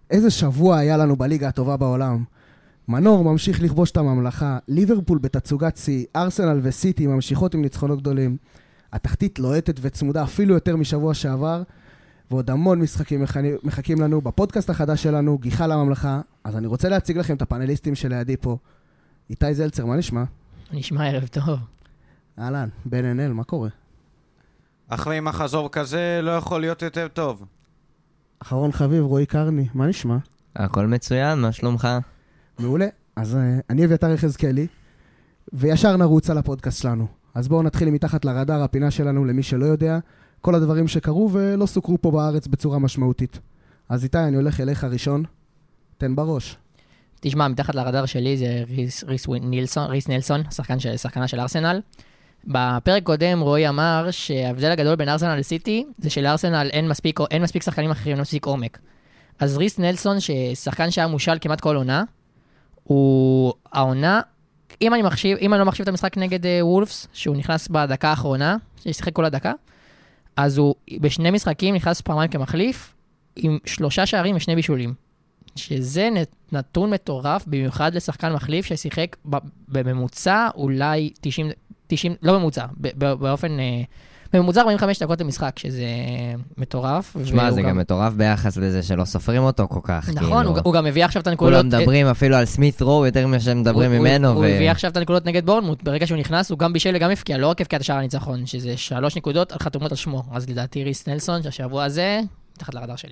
איזה שבוע היה לנו בליגה הטובה בעולם. מנור ממשיך לכבוש את הממלכה, ליברפול בתצוגת שיא, ארסנל וסיטי ממשיכות עם ניצחונות גדולים. התחתית לוהטת וצמודה אפילו יותר משבוע שעבר, ועוד המון משחקים מחכים לנו בפודקאסט החדש שלנו, גיחה לממלכה. אז אני רוצה להציג לכם את הפאנליסטים שלידי פה. איתי זלצר, מה נשמע? נשמע ערב טוב. אהלן, בן ענל, מה קורה? אחרי מחזור כזה לא יכול להיות יותר טוב. אחרון חביב, רועי קרני, מה נשמע? הכל מצוין, מה שלומך? מעולה. אז אני אביתר יחזקאלי, וישר נרוץ על הפודקאסט שלנו. אז בואו נתחיל מתחת לרדאר, הפינה שלנו, למי שלא יודע, כל הדברים שקרו ולא סוקרו פה בארץ בצורה משמעותית. אז איתי, אני הולך אליך ראשון, תן בראש. תשמע, מתחת לרדאר שלי זה ריס נילסון, שחקנה של ארסנל. בפרק קודם רועי אמר שההבדל הגדול בין ארסנל לסיטי זה שלארסנל אין מספיק שחקנים אחרים, אין מספיק עומק. אז ריס נילסון, ששחקן שהיה מושל כמעט כל עונה, הוא העונה, אם אני לא מחשיב את המשחק נגד וולפס, שהוא נכנס בדקה האחרונה, ששיחק כל הדקה, אז הוא בשני משחקים נכנס פעמיים כמחליף, עם 3 שערים ו2 בישולים. שזה נתון מטורף, במיוחד לשחקן מחליף ששיחק בממוצע אולי 90, לא ממוצע, באופן, בממוצע 45 דקות למשחק, שזה מטורף. שמע, זה גם מטורף ביחס לזה שלא סופרים אותו כל כך. נכון, הוא גם מביא עכשיו את הנקודות. כולם מדברים אפילו על סמית רו יותר ממה שהם מדברים ממנו. הוא מביא עכשיו את הנקודות נגד בורנמוט, ברגע שהוא נכנס הוא גם בישל וגם הפקיע, לא רק הפקיע את השער הניצחון, שזה 3 נקודות על חתומות על שמו. אז לדעתי ריס נלסון, שהשבוע הזה, מתחת לרדאר שלי.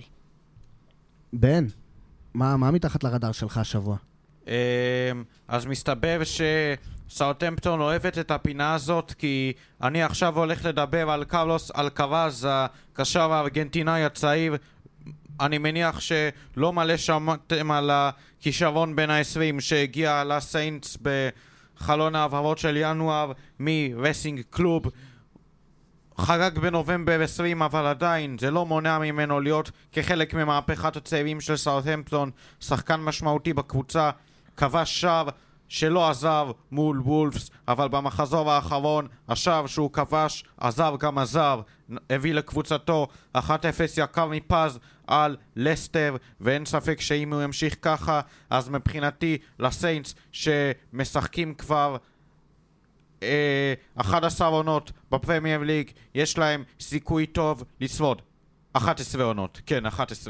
בן, מה מתחת לרדאר שלך השבוע? אז מסתבר שסאות'המפטון אוהבת את הפינה הזאת, כי אני עכשיו הולך לדבר על קרלוס אלקרז, הקשר הארגנטינאי הצעיר. אני מניח שלא מלא שמעתם על הכישרון בין ה-20 שהגיע לסיינטס בחלון העברות של ינואר מרסינג קלוב. חגג בנובמבר 20, אבל עדיין זה לא מונע ממנו להיות כחלק ממהפכת הצעירים של סאות'המפטון, שחקן משמעותי בקבוצה, כבש שער שלא עזב מול וולפס, אבל במחזור האחרון השער שהוא כבש גם עזב, הביא לקבוצתו 1-0 יקר מפז על לסטר, ואין ספק שאם הוא ימשיך ככה, אז מבחינתי לסיינטס שמשחקים כבר 11 עונות בפרמייר ליג, יש להם סיכוי טוב לשרוד. 11 עונות, כן, 11.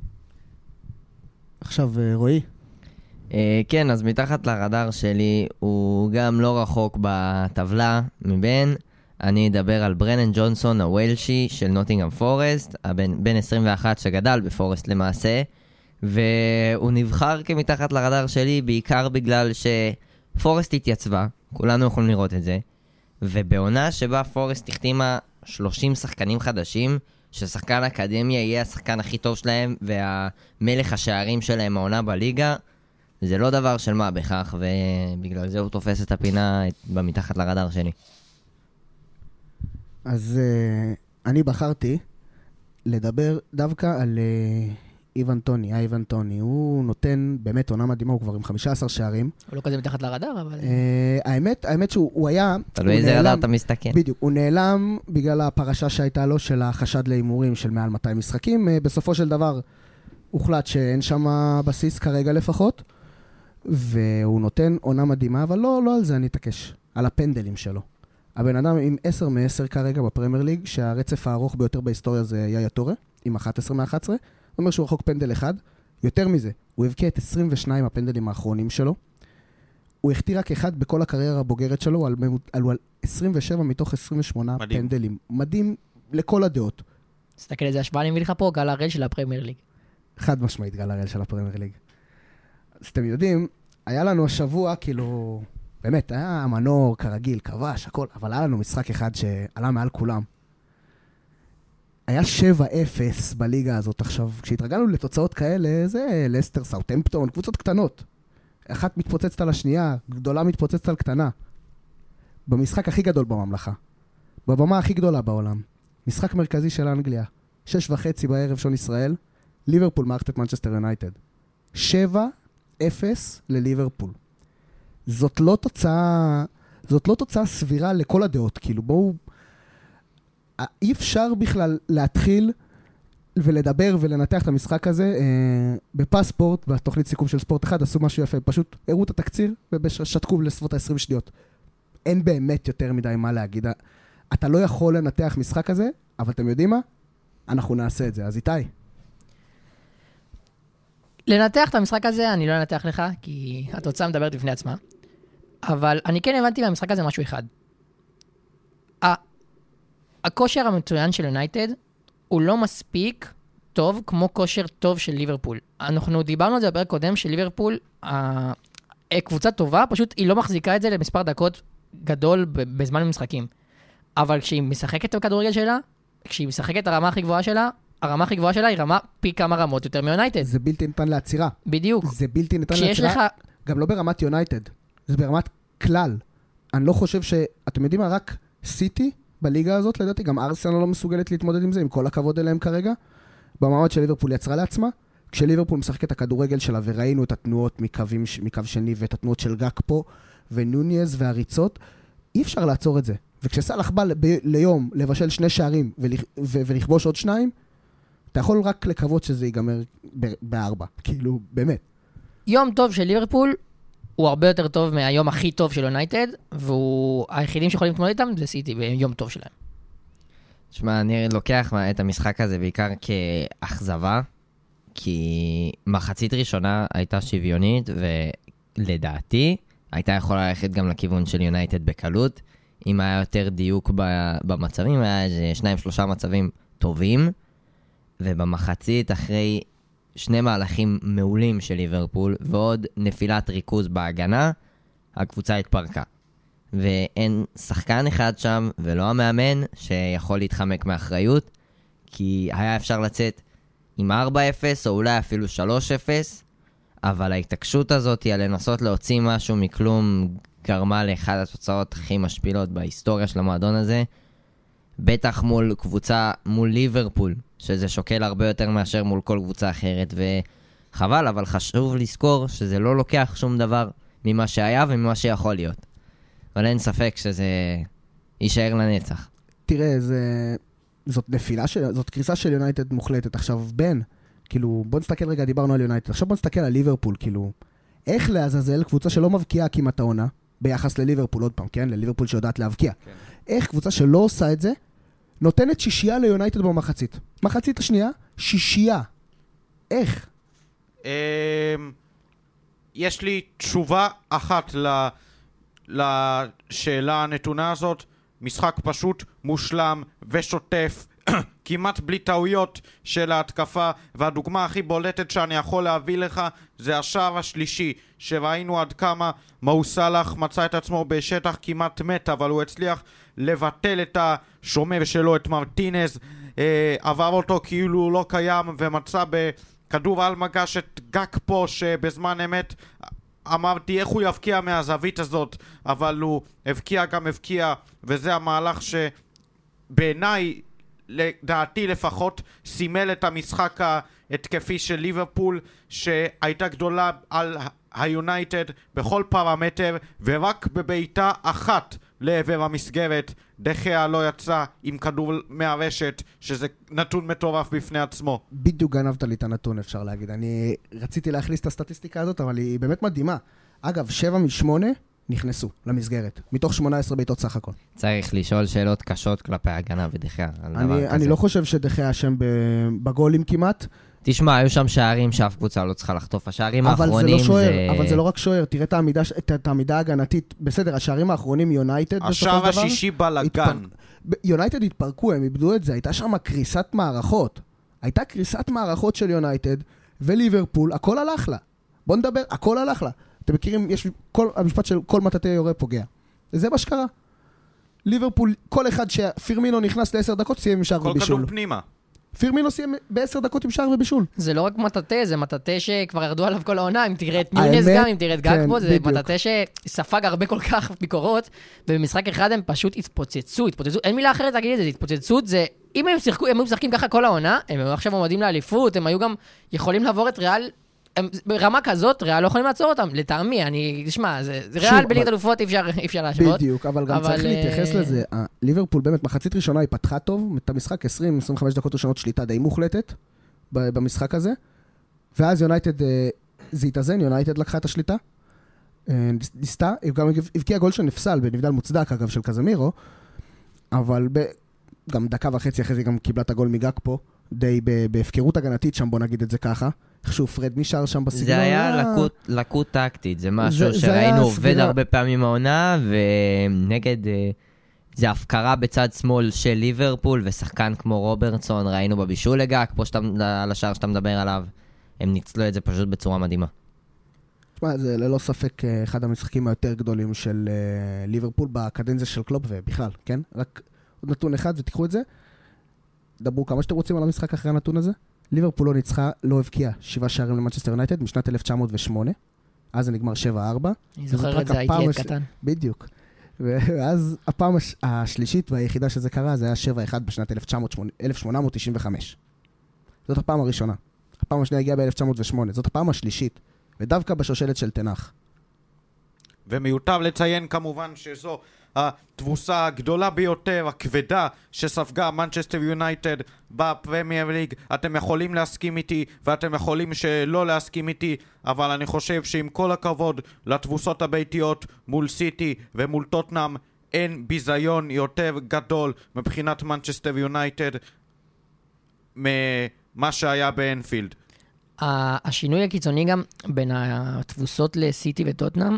עכשיו, רועי. כן, אז מתחת לרדאר שלי הוא גם לא רחוק בטבלה מבין. אני אדבר על ברנן ג'ונסון הוולשי של נוטינגהאם פורסט, בן 21 שגדל בפורסט למעשה, והוא נבחר כמתחת לרדאר שלי בעיקר בגלל שפורסט התייצבה, כולנו יכולים לראות את זה, ובעונה שבה פורסט החתימה 30 שחקנים חדשים, ששחקן אקדמיה יהיה השחקן הכי טוב שלהם והמלך השערים שלהם העונה בליגה, זה לא דבר של מה בכך, ובגלל זה הוא תופס את הפינה במתחת לרדאר שלי. אז אני בחרתי לדבר דווקא על איוון טוני. הוא נותן באמת עונה מדהימה, הוא כבר עם 15 שערים. הוא לא כזה מתחת לרדאר, אבל... האמת שהוא היה... תלוי איזה רדאר אתה מסתכל. בדיוק, הוא נעלם בגלל הפרשה שהייתה לו של החשד להימורים של מעל 200 משחקים. בסופו של דבר הוחלט שאין שם בסיס כרגע לפחות, והוא נותן עונה מדהימה, אבל לא על זה אני אתעקש, על הפנדלים שלו. הבן אדם עם 10 מ-10 כרגע בפרמייר ליג, שהרצף הארוך ביותר בהיסטוריה זה יאיה טורה, עם 11 מ-11, הוא אומר שהוא רחוק פנדל אחד, יותר מזה, הוא הבקיע את 22 הפנדלים האחרונים שלו, הוא החטיא רק אחד בכל הקריירה הבוגרת שלו, על 27 מתוך 28 מדהים. פנדלים. מדהים לכל הדעות. תסתכל איזה השוואה, אני מביא לך פה גל הראל של הפרמייר ליג. חד משמעית גל הראל של הפרמייר ליג. אז אתם יודעים, היה לנו השבוע, כאילו, באמת, היה מנור, כרגיל, כבש, הכל, אבל היה לנו משחק אחד שעלה מעל כולם. היה 7-0 בליגה הזאת עכשיו. כשהתרגלנו לתוצאות כאלה, זה לסטר, סאות'המפטון, קבוצות קטנות. אחת מתפוצצת על השנייה, גדולה מתפוצצת על קטנה. במשחק הכי גדול בממלכה. בבמה הכי גדולה בעולם. משחק מרכזי של אנגליה. 6:30 בערב שעון ישראל. ליברפול מארחת את מנצ'סטר יונייטד. 7-0 לליברפול. זאת לא תוצאה סבירה לכל הדעות. כאילו בואו, אי אפשר בכלל להתחיל ולדבר ולנתח את המשחק הזה. בפספורט, בתוכנית סיכום של ספורט אחד, עשו משהו יפה, פשוט הראו את התקציר ושתקו לסביבות ה-20 שניות. אין באמת יותר מדי מה להגיד. אתה לא יכול לנתח משחק הזה, אבל אתם יודעים מה? אנחנו נעשה את זה. אז איתי. לנתח את המשחק הזה, אני לא אנתח לך, כי התוצאה מדברת בפני עצמה. אבל אני כן הבנתי מהמשחק הזה משהו אחד. הכושר המצוין של יונייטד הוא לא מספיק טוב כמו כושר טוב של ליברפול. אנחנו דיברנו על זה בפרק קודם, שליברפול, קבוצה טובה, פשוט היא לא מחזיקה את זה למספר דקות גדול בזמן המשחקים. אבל כשהיא משחקת בכדורגל שלה, כשהיא משחקת הרמה הכי גבוהה שלה, הרמה הכי גבוהה שלה היא רמה פי כמה רמות יותר מיונייטד. זה בלתי ניתן לעצירה. בדיוק. זה בלתי ניתן לעצירה. גם לא ברמת יונייטד. זה ברמת כלל. אני לא חושב אתם יודעים מה, רק סיטי בליגה הזאת, לדעתי, גם ארסנל לא מסוגלת להתמודד עם זה, עם כל הכבוד אליהם כרגע. במעמד של ליברפול יצרה לעצמה, כשליברפול משחק את הכדורגל שלה, וראינו את התנועות מקו שני, ואת התנועות של גאק פה, ונוניז והריצות, אי אפשר לעצור את זה. וכשסלח בא ליום לבשל 2 שערים, ולכבוש עוד 2, אתה יכול רק לקוות שזה ייגמר ב4. כאילו, באמת. יום טוב של ליברפול, הוא הרבה יותר טוב מהיום הכי טוב של יונייטד, והיחידים שיכולים להתמודד איתם זה סיטי ביום טוב שלהם. תשמע, אני לוקח את המשחק הזה בעיקר כאכזבה, כי מחצית ראשונה הייתה שוויונית, ולדעתי הייתה יכולה ללכת גם לכיוון של יונייטד בקלות, אם היה יותר דיוק במצבים, היה איזה 2-3 מצבים טובים, ובמחצית אחרי 2 מהלכים מעולים של ליברפול, ועוד נפילת ריכוז בהגנה, הקבוצה התפרקה. ואין שחקן אחד שם, ולא המאמן, שיכול להתחמק מאחריות, כי היה אפשר לצאת עם 4-0, או אולי אפילו 3-0, אבל ההתעקשות הזאת על לנסות להוציא משהו מכלום, גרמה לאחד התוצאות הכי משפילות בהיסטוריה של המועדון הזה, בטח מול קבוצה, מול ליברפול, שזה שוקל הרבה יותר מאשר מול כל קבוצה אחרת, וחבל, אבל חשוב לזכור שזה לא לוקח שום דבר ממה שהיה וממה שיכול להיות. אבל אין ספק שזה יישאר לנצח. תראה, זאת נפילה, זאת קריסה של יונייטד מוחלטת. עכשיו, כאילו, בוא נסתכל רגע, דיברנו על יונייטד, עכשיו בוא נסתכל על ליברפול, כאילו, איך לעזאזל קבוצה שלא מבקיעה כמעט העונה, ביחס לליברפול, עוד פעם, כן? לליברפול שיודעת להבקיע. כן. איך קבוצה שלא עושה את זה, נותנת 6 ליונייטד במחצית. מחצית השנייה, 6. איך? יש לי תשובה אחת לשאלה הנתונה הזאת. משחק פשוט, מושלם ושוטף, כמעט בלי טעויות של ההתקפה, והדוגמה הכי בולטת שאני יכול להביא לך זה השער השלישי, שראינו עד כמה מאו סלאח מצא את עצמו בשטח כמעט מת, אבל הוא הצליח לבטל את השומר שלו, את מרטינז, עבר אותו כאילו הוא לא קיים, ומצא בכדור על מגש את גאק פה, שבזמן אמת אמרתי איך הוא יבקיע מהזווית הזאת, אבל הוא הבקיע גם הבקיע, וזה המהלך שבעיניי, לדעתי לפחות, סימל את המשחק ההתקפי של ליברפול, שהייתה גדולה על היונייטד בכל פרמטר, ורק בביתה אחת לעבר המסגרת דחיה לא יצא עם כדור מהרשת, שזה נתון מטורף בפני עצמו. בדיוק גנבת לי את הנתון, אפשר להגיד. אני רציתי להכניס את הסטטיסטיקה הזאת, אבל היא באמת מדהימה. אגב, 7 מ-8 נכנסו למסגרת, מתוך 18 בעיטות סך הכל. צריך לשאול שאלות קשות כלפי ההגנה ודחיה. אני לא חושב שדחיה אשם בגולים כמעט. תשמע, היו שם שערים שאף קבוצה לא צריכה לחטוף. השערים האחרונים זה... אבל זה לא רק שוער, תראה את העמידה ההגנתית. בסדר, השערים האחרונים יונייטד השער השישי בלגן. יונייטד התפרקו, הם איבדו את זה. הייתה שם קריסת מערכות. הייתה קריסת מערכות של יונייטד וליברפול, הכל הלך לה. בוא נדבר, הכל הלך לה. אתם מכירים, יש המשפט של כל מטאטא יורה פוגע. זה מה שקרה. ליברפול, כל אחד שפירמינו נכנס ל10 דקות, סיים עם שער ובישול. כל כדור פנימה. פירמינו סיים ב10 דקות עם שער ובישול. זה לא רק מטאטא, זה מטאטא שכבר ירדו עליו כל העונה, אם תראה את ניונס גם, אם תראה את גאק פה, זה מטאטא שספג הרבה כל כך ביקורות, ובמשחק אחד הם פשוט התפוצצו, אין מילה אחרת להגיד את זה, התפוצצות זה, אם הם היו משחקים ככה כל העונה, הם היו עכשיו עומדים לאליפות, הם היו גם יכולים לעבור את ריאל ברמה כזאת, ריאל לא יכולים לעצור אותם, לטעמי, תשמע, זה ריאל בליגת אלופות, אי אפשר להשוות. בדיוק, אבל גם צריך להתייחס לזה. ליברפול באמת, מחצית ראשונה היא פתחה טוב, את המשחק 20-25 דקות ראשונות שליטה די מוחלטת במשחק הזה, ואז יונייטד, זה התאזן, יונייטד לקחה את השליטה, ניסתה, היא גם הבקיעה גול שנפסל, בנבדל מוצדק אגב של קזמירו, אבל גם דקה וחצי אחרי זה גם קיבלה את הגול מגג פה, די בהפקרות הגנתית שם, בוא נגיד את זה ככה. איכשהו פרד נשאר שם בסגנון. זה היה לקות טקטית, זה משהו שראינו עובד הרבה פעמים העונה, ונגד זה הפקרה בצד שמאל של ליברפול, ושחקן כמו רוברטסון, ראינו בבישול לגג, פה על השער שאתה מדבר עליו, הם ניצלו את זה פשוט בצורה מדהימה. תשמע, זה ללא ספק אחד המשחקים היותר גדולים של ליברפול בקדנציה של קלופ ובכלל, כן? רק עוד נתון אחד ותיקחו את זה. דברו כמה שאתם רוצים על המשחק אחרי הנתון הזה. ליברפול לא ניצחה, לא הבקיעה 7 שערים למנצ'סטר יונייטד משנת 1908. אז זה נגמר 7-4. אני זוכר את זה, הייתי ילד קטן. בדיוק. ואז הפעם השלישית והיחידה שזה קרה, זה היה 7-1 בשנת 1895. זאת הפעם הראשונה. הפעם השנייה הגיעה ב-1908. זאת הפעם השלישית. ודווקא בשושלת של תנח. ומיותר לציין כמובן שזו התבוסה הגדולה ביותר, הכבדה, שספגה מנצ'סטר יונייטד בפרמייר ליג. אתם יכולים להסכים איתי ואתם יכולים שלא להסכים איתי, אבל אני חושב שעם כל הכבוד לתבוסות הביתיות מול סיטי ומול טוטנהאם, אין ביזיון יותר גדול מבחינת מנצ'סטר יונייטד ממה שהיה באנפילד. השינוי הקיצוני גם בין התבוסות לסיטי וטוטנהאם,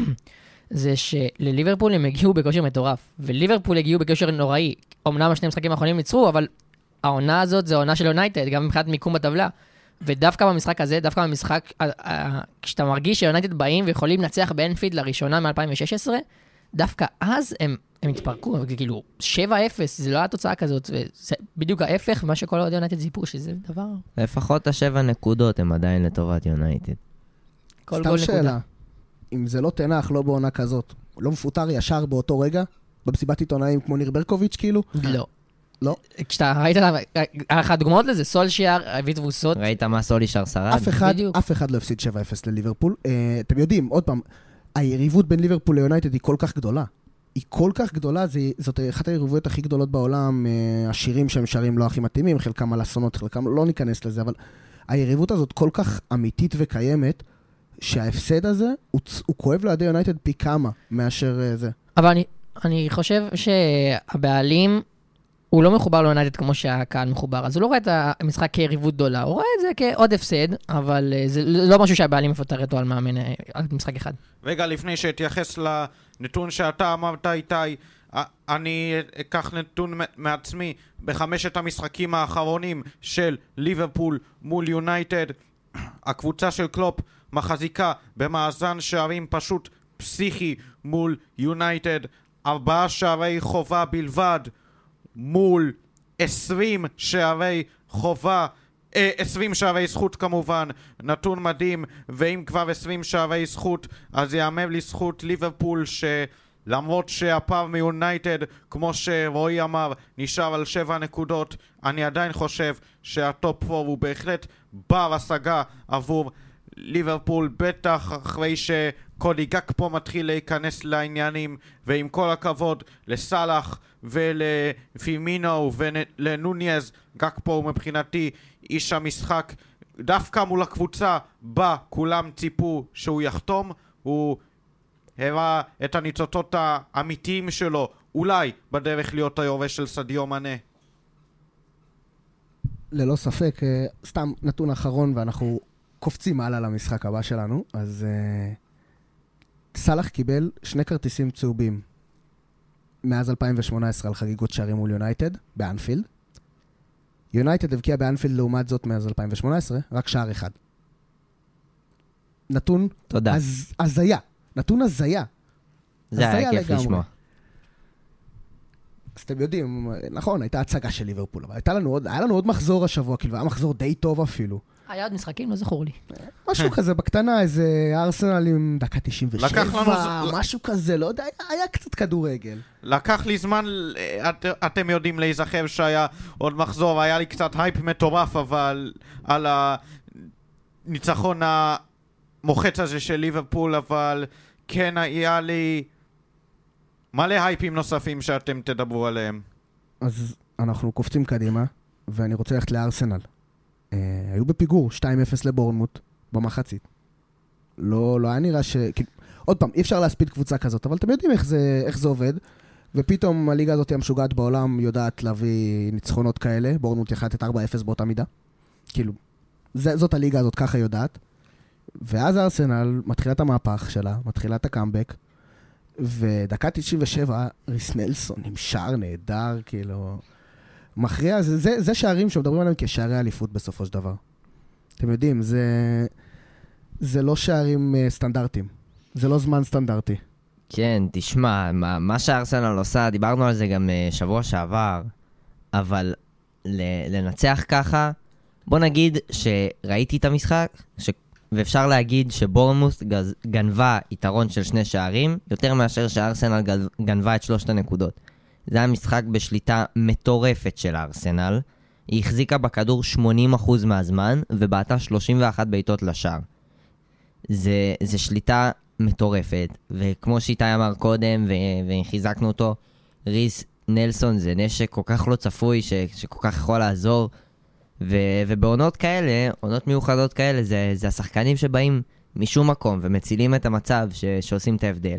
זה שלליברפול הם הגיעו בכושר מטורף, וליברפול הגיעו בכושר נוראי. אמנם השני משחקים האחרונים ניצחו, אבל העונה הזאת זה העונה של יונייטד, גם מבחינת מיקום בטבלה. ודווקא במשחק הזה, דווקא במשחק, כשאתה מרגיש שיונייטד באים ויכולים לנצח באנפילד לראשונה מ-2016, דווקא אז הם התפרקו, כאילו 7-0, זה לא התוצאה כזאת, זה בדיוק ההפך, מה שכל עוד יונייטד זיפו, שזה דבר... לפחות 7 נקודות הם עדיין לטובת יונייטד. סתם שאלה, אם זה לא תנח, לא בעונה כזאת, לא מפוטר ישר באותו רגע, במסיבת עיתונאים כמו ניר ברקוביץ' כאילו? לא. לא? כשאתה ראית, אחת דוגמאות לזה, סולשיאר, הביא תבוסות. ראית מה סולישר שרד? אף אחד לא הפסיד 7-0 לליברפול. אתם יודעים, עוד פעם, היריבות בין ליברפול ליונייטד היא כל כך גדולה. היא כל כך גדולה, זאת אחת היריבויות הכי גדולות בעולם, השירים שהם שרים לא הכי מתאימים, חלקם על אסונות, חלקם לא ניכנס לזה, אבל היריבות הזאת כל כך אמיתית וקיימת, שההפסד הזה, הוא כואב לידי יונייטד פי כמה מאשר זה. אבל אני חושב שהבעלים, הוא לא מחובר ליונייטד כמו שהקהל מחובר, אז הוא לא רואה את המשחק כיריבות גדולה, הוא רואה את זה כעוד הפסד, אבל זה לא משהו שהבעלים מפטר אותו על מאמן, על משחק אחד. רגע, לפני שהתייחס לנתון שאתה אמרת איתי, אני אקח נתון מעצמי, בחמשת המשחקים האחרונים של ליברפול מול יונייטד, הקבוצה של קלופ מחזיקה במאזן שערים פשוט פסיכי מול יונייטד, 4 שערי חובה בלבד, מול 20 שערי חובה, 20 שערי זכות כמובן, נתון מדהים. ואם כבר 20 שערי זכות, אז יאמר לזכות ליברפול שלמרות שהפער מיונייטד, כמו שרועי אמר, נשאר על 7 נקודות, אני עדיין חושב שהטופ 4 הוא בהחלט בר השגה עבור ליברפול, בטח אחרי שקודי גאקפו מתחיל להיכנס לעניינים, ועם כל הכבוד לסלאח ולפירמינו ולנוניז, גאקפו הוא מבחינתי איש המשחק. דווקא מול הקבוצה בה כולם ציפו שהוא יחתום, הוא הראה את הניצוצות האמיתיים שלו, אולי בדרך להיות היורש של סדיו מאנה. ללא ספק, סתם נתון אחרון ואנחנו קופצים מעלה למשחק הבא שלנו. אז סלאח קיבל 2 כרטיסים צהובים מאז 2018 על חגיגות שערים מול יונייטד באנפילד. יונייטד הבקיע באנפילד לעומת זאת מאז 2018 רק שער אחד. נתון הזיה. נתון הזיה. זה היה כיף לשמוע. אז אתם יודעים, נכון, הייתה הצגה של ליברפול, אבל היה לנו עוד מחזור השבוע, כאילו היה מחזור די טוב אפילו. היה עוד משחקים, לא זכור לי. משהו כזה בקטנה, איזה ארסנל עם דקה 97, משהו כזה, לא יודע, היה קצת כדורגל. לקח לי זמן, אתם יודעים להיזכר שהיה עוד מחזור, היה לי קצת הייפ מטורף, אבל על הניצחון המוחץ הזה של ליברפול, אבל כן היה לי מלא הייפים נוספים שאתם תדברו עליהם. אז אנחנו קופצים קדימה, ואני רוצה ללכת לארסנל. היו בפיגור 2-0 לבורנמוט במחצית. לא היה נראה עוד פעם, אי אפשר להספיד קבוצה כזאת, אבל אתם יודעים איך זה עובד, ופתאום הליגה הזאת המשוגעת בעולם יודעת להביא ניצחונות כאלה, בורנמוט יכלה לתת 4-0 באותה מידה. כאילו, זאת הליגה הזאת ככה יודעת. ואז ארסנל מתחילה את המהפך שלה, מתחילה את הקאמבק, ודקה 97, ריס נלסון עם שער נהדר, כאילו, מכריע, זה שערים שמדברים עליהם כשערי אליפות בסופו של דבר. אתם יודעים, זה לא שערים סטנדרטיים, זה לא זמן סטנדרטי. כן, תשמע, מה שארסנל עושה, דיברנו על זה גם שבוע שעבר, אבל לנצח ככה, בוא נגיד שראיתי את המשחק, ואפשר להגיד שבורנמוט גנבה יתרון של 2 שערים, יותר מאשר שארסנל גנבה את 3 הנקודות. זה היה משחק בשליטה מטורפת של ארסנל, היא החזיקה בכדור 80% מהזמן, ובעטה 31 בעיטות לשער. זה שליטה מטורפת, וכמו שאיתי אמר קודם, וחיזקנו אותו, ריס נלסון זה נשק כל כך לא צפוי, שכל כך יכול לעזור, ובעונות כאלה, עונות מיוחדות כאלה, זה השחקנים שבאים משום מקום, ומצילים את המצב שעושים את ההבדל.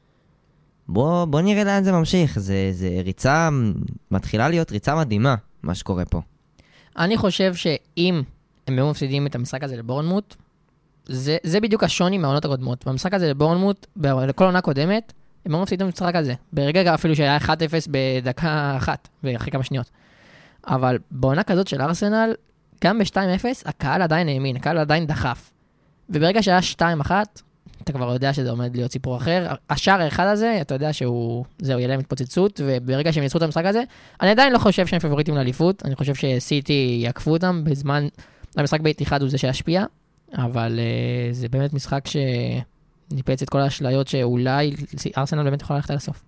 בוא נראה לאן זה ממשיך, זה ריצה, מתחילה להיות ריצה מדהימה, מה שקורה פה. אני חושב שאם הם לא מפסידים את המשחק הזה לבורנמוט, זה בדיוק השוני מהעונות הקודמות. במשחק הזה לבורנמוט, לכל עונה קודמת, הם לא מפסידים את המשחק הזה. ברגע אפילו שהיה 1-0 בדקה 1, ואחרי כמה שניות. אבל בעונה כזאת של ארסנל, גם ב-2-0, הקהל עדיין האמין, הקהל עדיין דחף. וברגע שהיה 2-1, אתה כבר יודע שזה עומד להיות סיפור אחר. השער האחד הזה, אתה יודע זהו, יהיה להם התפוצצות, וברגע שהם ניצחו את המשחק הזה, אני עדיין לא חושב שהם פבוריטים לאליפות, אני חושב שסיטי יעקפו אותם בזמן, המשחק באתיחד הוא זה שישפיע, אבל זה באמת משחק שניפץ את כל האשליות שאולי ארסנל באמת יכולה ללכת עד הסוף.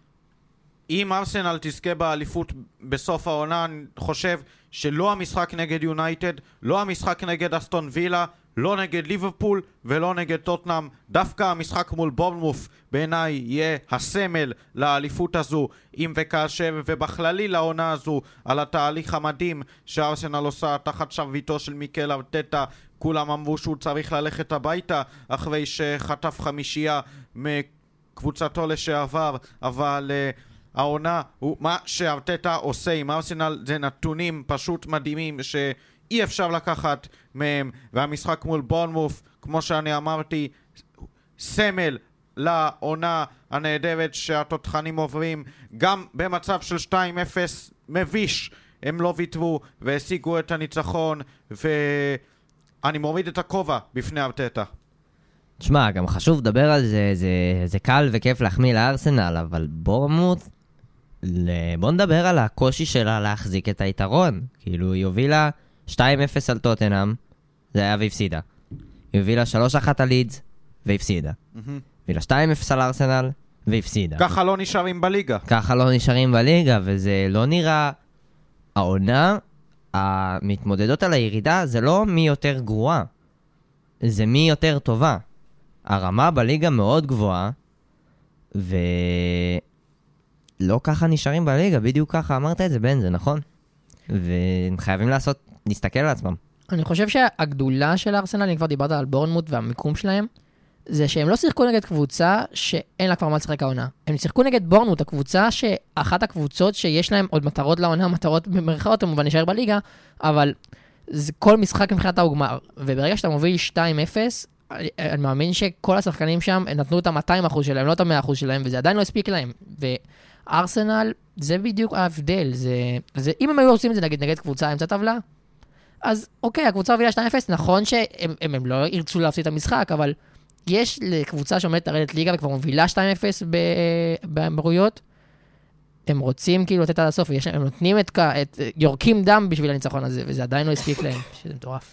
אם ארסנל תזכה באליפות בסוף העונה, אני חושב שלא המשחק נגד יונייטד, לא המשחק נגד אסטון וילה, לא נגד ליברפול ולא נגד טוטנהאם. דווקא המשחק מול בורנמוט בעיניי יהיה הסמל לאליפות הזו, אם וכאשר ובכללי לעונה הזו, על התהליך המדהים שארסנל עושה תחת שרביטו של מיקל ארטטה. כולם אמרו שהוא צריך ללכת הביתה אחרי שחטף 5 מקבוצתו לשעבר, אבל העונה, מה שארטטה עושה עם ארסנל זה נתונים פשוט מדהימים שאי אפשר לקחת מהם, והמשחק מול בורנמוט, כמו שאני אמרתי, סמל לעונה הנהדרת שהתותחנים עוברים. גם במצב של 2-0 מביש הם לא ויתרו והשיגו את הניצחון, ואני מוריד את הכובע בפני ארטטה. תשמע, גם חשוב לדבר על זה, זה קל וכיף להחמיא לארסנל, אבל בורנמוט, בוא נדבר על הקושי שלה להחזיק את היתרון. כאילו, היא הובילה 2-0 על טוטנהאם, זה היה והפסידה. היא הובילה 3-1 על לידס, והפסידה. הובילה 2-0 על ארסנל, והפסידה. ככה לא נשארים בליגה. ככה לא נשארים בליגה, וזה לא נראה... העונה, המתמודדות על הירידה, זה לא מי יותר גרועה, זה מי יותר טובה. הרמה בליגה מאוד גבוהה, ולא ככה נשארים בליגה, בדיוק ככה אמרת את זה בן, זה נכון? וחייבים להסתכל על עצמם. אני חושב שהגדולה של ארסנל, אני כבר דיברת על בורנמוט והמיקום שלהם, זה שהם לא שיחקו נגד קבוצה שאין לה כבר מה לשחק העונה. הם שיחקו נגד בורנמוט, הקבוצה שאחת הקבוצות שיש להם עוד מטרות לעונה, מטרות במרכאות, כמובן נשאר בליגה, אבל זה כל משחק מבחינת הגמר. וברגע שאתה מוביל 2-0, אני מאמין שכל השחקנים שם נתנו את ה-200% שלהם, לא את ה-100% שלהם, וזה עדיין לא הספיק להם. וארסנל, זה בדיוק ההבדל. אם הם היו עושים את זה נגד קבוצה אמצע טבלה, אז אוקיי, הקבוצה הובילה 2-0, נכון שהם לא ירצו להפסיד את המשחק, אבל יש לקבוצה שעומדת לרדת ליגה וכבר מובילה 2-0 באמרויות, הם רוצים כאילו לתת עד הסוף, הם נותנים יורקים דם בשביל הניצחון הזה, וזה עדיין לא הספיק להם, שזה מטורף.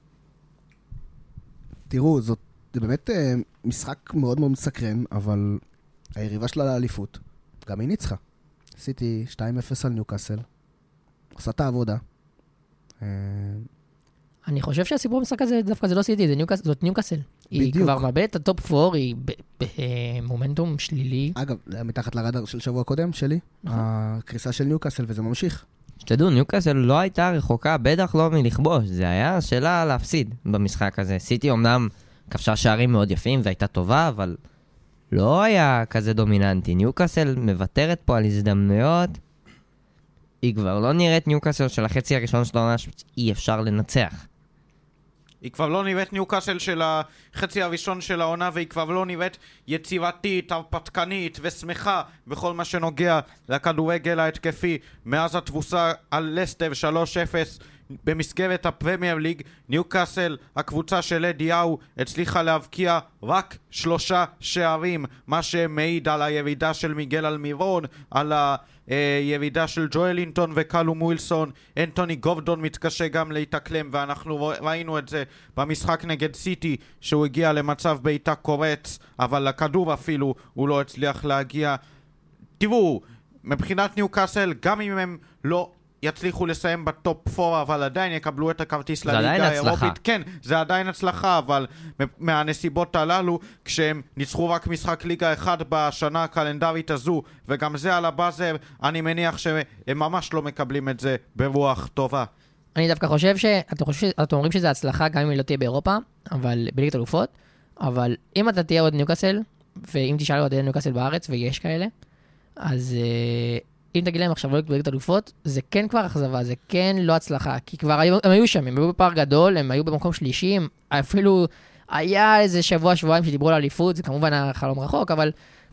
תראו, זה באמת משחק מאוד מאוד מסקרן, אבל היריבה שלה לאליפות, גם היא ניצחה. עשיתי 2-0 על ניוקאסל, עושה את העבודה. אני חושב שהסיפור במשחק הזה דווקא זה לא סיטי, זאת ניוקאסל. היא בדיוק. כבר מאבדת את הטופ 4, היא במומנטום שלילי. אגב, מתחת לרדאר של שבוע קודם שלי, הקריסה של ניוקאסל, וזה ממשיך. שתדעו, ניוקאסל לא הייתה רחוקה, בטח לא מלכבוש. זה היה שאלה להפסיד במשחק הזה. סיטי אומנם כבשה שערים מאוד יפים והייתה טובה, אבל לא היה כזה דומיננטי. ניוקאסל מוותרת פה על הזדמנויות. היא כבר לא נראית ניוקאסל של החצי הראשון של העונה שאי אפשר לנצח. היא כבר לא נראית ניוקאסל של החצי הראשון של העונה, והיא כבר לא נראית יצירתית, הרפתקנית ושמחה בכל מה שנוגע לכדורגל ההתקפי. מאז התבוסה על לסטר 3-0 במסגרת הפרמייר ליג, ניוקאסל, הקבוצה של אדי האו, הצליחה להבקיע רק 3 שערים, מה שמעיד על הירידה של מיגל אלמירון, על הירידה של ג'ואלינטון וקלום ווילסון. אנטוני גובדון מתקשה גם להתאקלם, ואנחנו ראינו את זה במשחק נגד סיטי, שהוא הגיע למצב בעיטה קורץ, אבל לכדור אפילו הוא לא הצליח להגיע. תראו, מבחינת ניוקאסל, גם אם הם לא יצליחו לסיים בטופ 4, אבל עדיין יקבלו את הכרטיס לליגה האירופית. כן, זה עדיין הצלחה, אבל מהנסיבות הללו, כשהם ניצחו רק משחק ליגה אחד בשנה הקלנדרית הזו, וגם זה על הבאזר, אני מניח שהם ממש לא מקבלים את זה ברוח טובה. אני דווקא חושב אתם אומרים שזה הצלחה גם אם היא לא תהיה באירופה, אבל בליגת אלופות, אבל אם אתה תהיה עוד ניוקאסל, ואם תשאל עוד ניוקאסל בארץ, ויש כאלה, אז אם תגיד להם עכשיו לא בליגת אלופות, זה כן כבר אכזבה, זה כן לא הצלחה, כי כבר הם היו שם, הם היו בפער גדול, הם היו במקום שלישי, אפילו היה איזה שבוע-שבועיים שדיברו על אליפות, זה כמובן החלום רחוק, אבל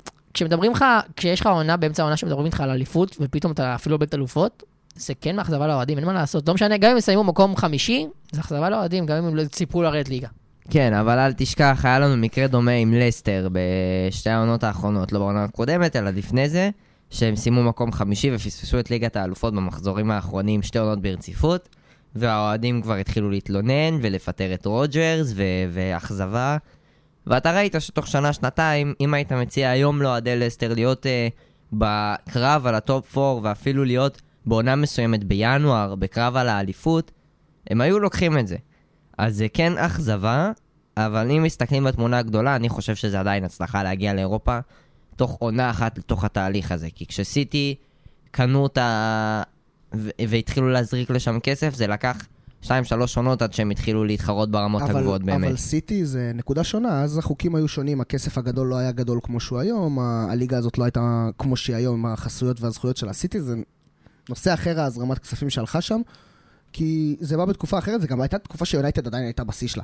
כשיש לך עונה באמצע העונה שמדברים איתך על אליפות, ופתאום אתה אפילו בליגת אלופות, זה כן מאכזבה לאוהדים, אין מה לעשות, לא משנה, גם אם יסיימו מקום 5, זה אכזבה לאוהדים, גם אם הם לא ציפו לרדת ליגה. כן, אבל אל תשכח, היה לנו מקרה דומה עם לסטר בשתי העונות האחרונות, לא בעונה הקודמת, אלא לפני זה, שהם שימו מקום 5 ופספסו את ליגת האלופות במחזורים האחרונים 2 עונות ברציפות, והאוהדים כבר התחילו להתלונן ולפטר את רוג'רס ואכזבה. ואתה ראית שתוך שנה-שנתיים, אם היית מציע היום לאוהדי לסטר להיות בקרב על הטופ 4 ואפילו להיות בעונה מסוימת בינואר, בקרב על האליפות, הם היו לוקחים את זה. אז זה כן אכזבה, אבל אם מסתכלים בתמונה הגדולה, אני חושב שזה עדיין הצלחה להגיע לאירופה, תוך עונה אחת לתוך התהליך הזה. כי כשסיטי קנו אותה והתחילו להזריק לשם כסף, זה לקח 2-3 עונות עד שהם התחילו להתחרות ברמות הגבוהות באמת. אבל סיטי זה נקודה שונה, אז החוקים היו שונים, הכסף הגדול לא היה גדול כמו שהוא היום, הליגה הזאת לא הייתה כמו שהיא היום עם החסויות והזכויות של הסיטי, זה נושא אחר ההזרמת כספים שהלכה שם, כי זה בא בתקופה אחרת, זה גם הייתה תקופה שיונייטד עדיין הייתה בשיא שלה.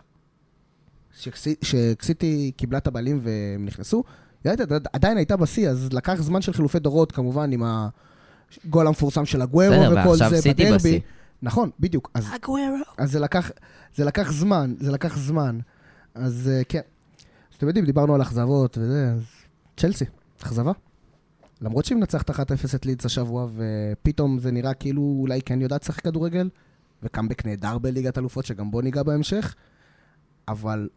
כשסיטי קיבלה את הבעלים והם נכנסו, יונייטד עדיין הייתה בשיא, אז לקח זמן של חילופי דורות, כמובן, עם הגול המפורסם של אגוארו וכל זה בדרבי. נכון, בדיוק. אז זה לקח זמן. אז כן. אז אתם יודעים, דיברנו על אכזבות וזה, אז צ'לסי, אכזבה. למרות שהיא מנצחת 1-0 את לידס השבוע, ופתאום זה נראה כאילו אולי כן יודעת לשחק כדורגל, וקאמבק נהדר בליגת אלופות, שגם בו ניגע בהמשך, אבל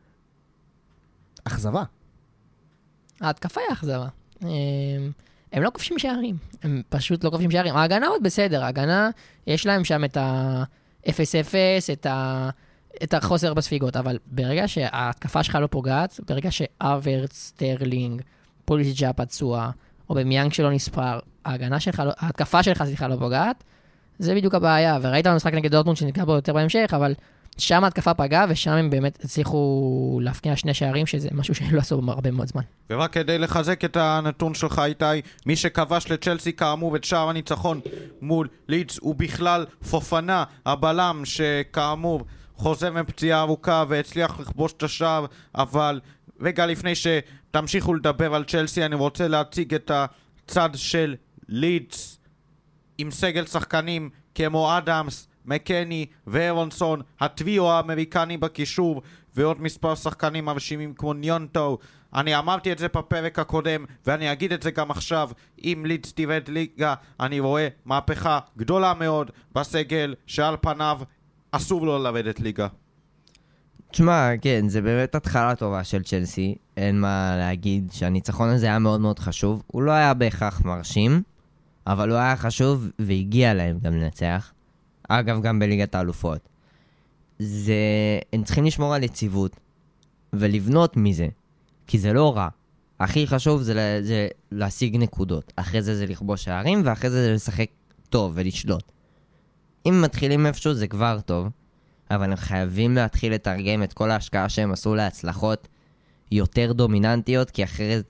אכזבה. ההתקפה היא אכזבה. הם לא כובשים שערים. הם פשוט לא כובשים שערים. ההגנה עוד בסדר. ההגנה, יש להם שם את ה-0-0, את החוסר בספיגות, אבל ברגע שההתקפה שלך לא פוגעת, ברגע שאברט, סטרלינג, פוליסיג'ה פצוע, או במיאנג שלא נספר, ההתקפה שלך לא פוגעת, זה בדיוק הבעיה. וראית במשחק נגד דורטמונד שנתקע בו יותר בהמשך, אבל שם ההתקפה פגעה, ושם הם באמת הצליחו להפקיע 2 שערים, שזה משהו שהם לא עשו הרבה מאוד זמן. ורק כדי לחזק את הנתון שלך איתי, מי שכבש לצ'לסי כאמור את שער הניצחון מול לידס, הוא בכלל פופנה, הבלם שכאמור חוזר מפציעה ארוכה והצליח לכבוש את השער, אבל רגע לפני שתמשיכו לדבר על צ'לסי, אני רוצה להציג את הצד של לידס, עם סגל שחקנים כמו אדמס, מקני ואירונסון, הטריו האמריקני בקישור, ועוד מספר שחקנים מרשימים כמו ניונטו. אני אמרתי את זה בפרק הקודם, ואני אגיד את זה גם עכשיו. אם לידס תרד ליגה, אני רואה מהפכה גדולה מאוד בסגל, שעל פניו אסור לו לרדת ליגה. תשמע, כן, זה באמת התחלה טובה של צ'לסי. אין מה להגיד שהניצחון הזה היה מאוד מאוד חשוב. הוא לא היה בהכרח מרשים, אבל הוא היה חשוב והגיע להם גם לנצח. אגב, גם בליגת האלופות. הם צריכים לשמור על יציבות ולבנות מזה, כי זה לא רע. הכי חשוב זה להשיג נקודות. אחרי זה לכבוש שערים, ואחרי זה לשחק טוב ולשלוט. אם מתחילים איפשהו זה כבר טוב, אבל הם חייבים להתחיל לתרגם את כל ההשקעה שהם עשו להצלחות יותר דומיננטיות, כי אחרת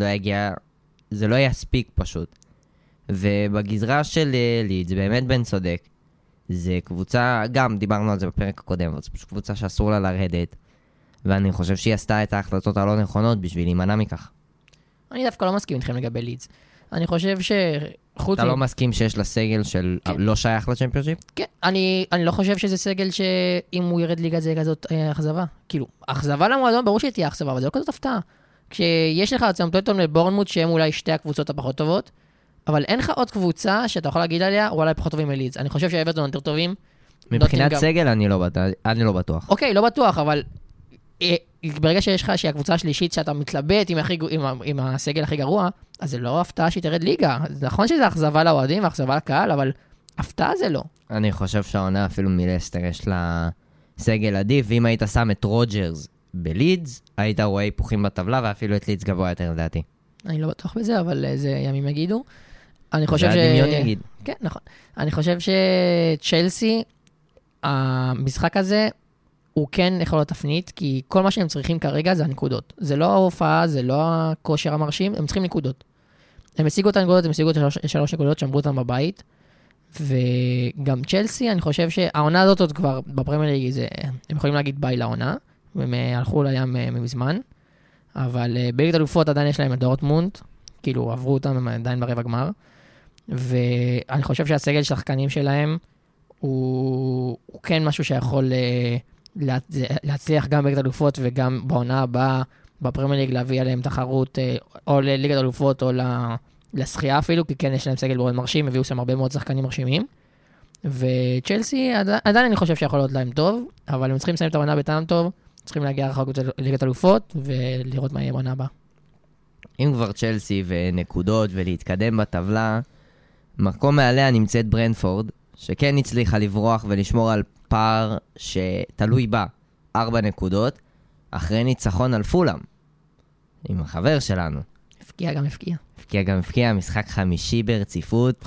זה לא יספיק פשוט. ובגזרה של לידס, באמת בן צודק, זה קבוצה, גם דיברנו על זה בפרק הקודם, אבל זו פשוט קבוצה שאסור לה לרדת, ואני חושב שהיא עשתה את ההחלטות הלא נכונות בשביל להימנע מכך. אני דווקא לא מסכים איתכם לגבי לידס. אני חושב שחוץ... אתה לא מסכים שיש לה סגל של לא שייך לצ'מפיונשיפ? כן, אני לא חושב שזה סגל שאם הוא ירד ליגה זה כזאת אכזבה. כאילו, אכזבה למועדון, ברור שתהיה אכזבה, אבל זה לא כזאת הפתעה. כשיש לך סאות'המפטון לבורנמוט שהם אולי שתי הקבוצות הפחות טובות, אבל אין לך עוד קבוצה שאתה יכול להגיד עליה, אולי פחות טובים מלידס. אני חושב שאברטון יותר טובים. מבחינת סגל אני לא בטוח. אוקיי, לא בטוח, אבל ברגע שיש לך שהקבוצה השלישית שאתה מתלבט עם הסגל הכי גרוע, אז זה לא הפתעה שהיא תרד ליגה. נכון שזה אכזבה לאוהדים ואכזבה לקהל, אבל הפתעה זה לא. אני חושב שהעונה אפילו מלסטר יש לה סגל עדיף, ואם היית שם את רוג'רס בלידס, היית רואה היפוכים בטבלה, ואפילו את לידס גבוה יותר לדעתי. אני לא בטוח בזה, אבל זה ימים יגידו. אני חושב הדמיון יגיד. כן, נכון. אני חושב שצ'לסי, המשחק הזה, הוא כן יכול להיות תפנית, כי כל מה שהם צריכים כרגע זה הנקודות. זה לא ההופעה, זה לא הכושר המרשים, הם צריכים נקודות. הם השיגו את הנקודות, הם השיגו את 3 נקודות, שמרו אותם בבית, וגם צ'לסי, אני חושב שהעונה הזאת עוד כבר בפרמייר ליג, הם יכולים להגיד ביי לעונה, והם הלכו לים מזמן, אבל בליגת אלופות עדיין יש להם את דורטמונד, כאילו עברו אותם, הם עדיין ברבע גמר, ואני חושב שהסגל שחקנים שלהם הוא כן משהו שיכול להצליח גם בליגת אלופות וגם בעונה הבאה בפרמייר ליג להביא עליהם תחרות או לליגת אלופות או לשחייה אפילו, כי כן יש להם סגל מאוד מרשים, הביאו שם הרבה מאוד שחקנים מרשימים, וצ'לסי עדיין אני חושב שיכול להיות להם טוב, אבל הם צריכים לסיים את העונה בטעם טוב, צריכים להגיע רחוק לליגת אלופות ולראות מה יהיה בעונה הבאה. אם כבר צ'לסי ונקודות ולהתקדם בטבלה, מקום מעליה נמצאת ברנפורד, שכן הצליחה לברוח ולשמור על פער שתלוי בה 4 נקודות, אחרי ניצחון על פולאם, עם החבר שלנו. הפקיע גם הפקיע, משחק חמישי ברציפות.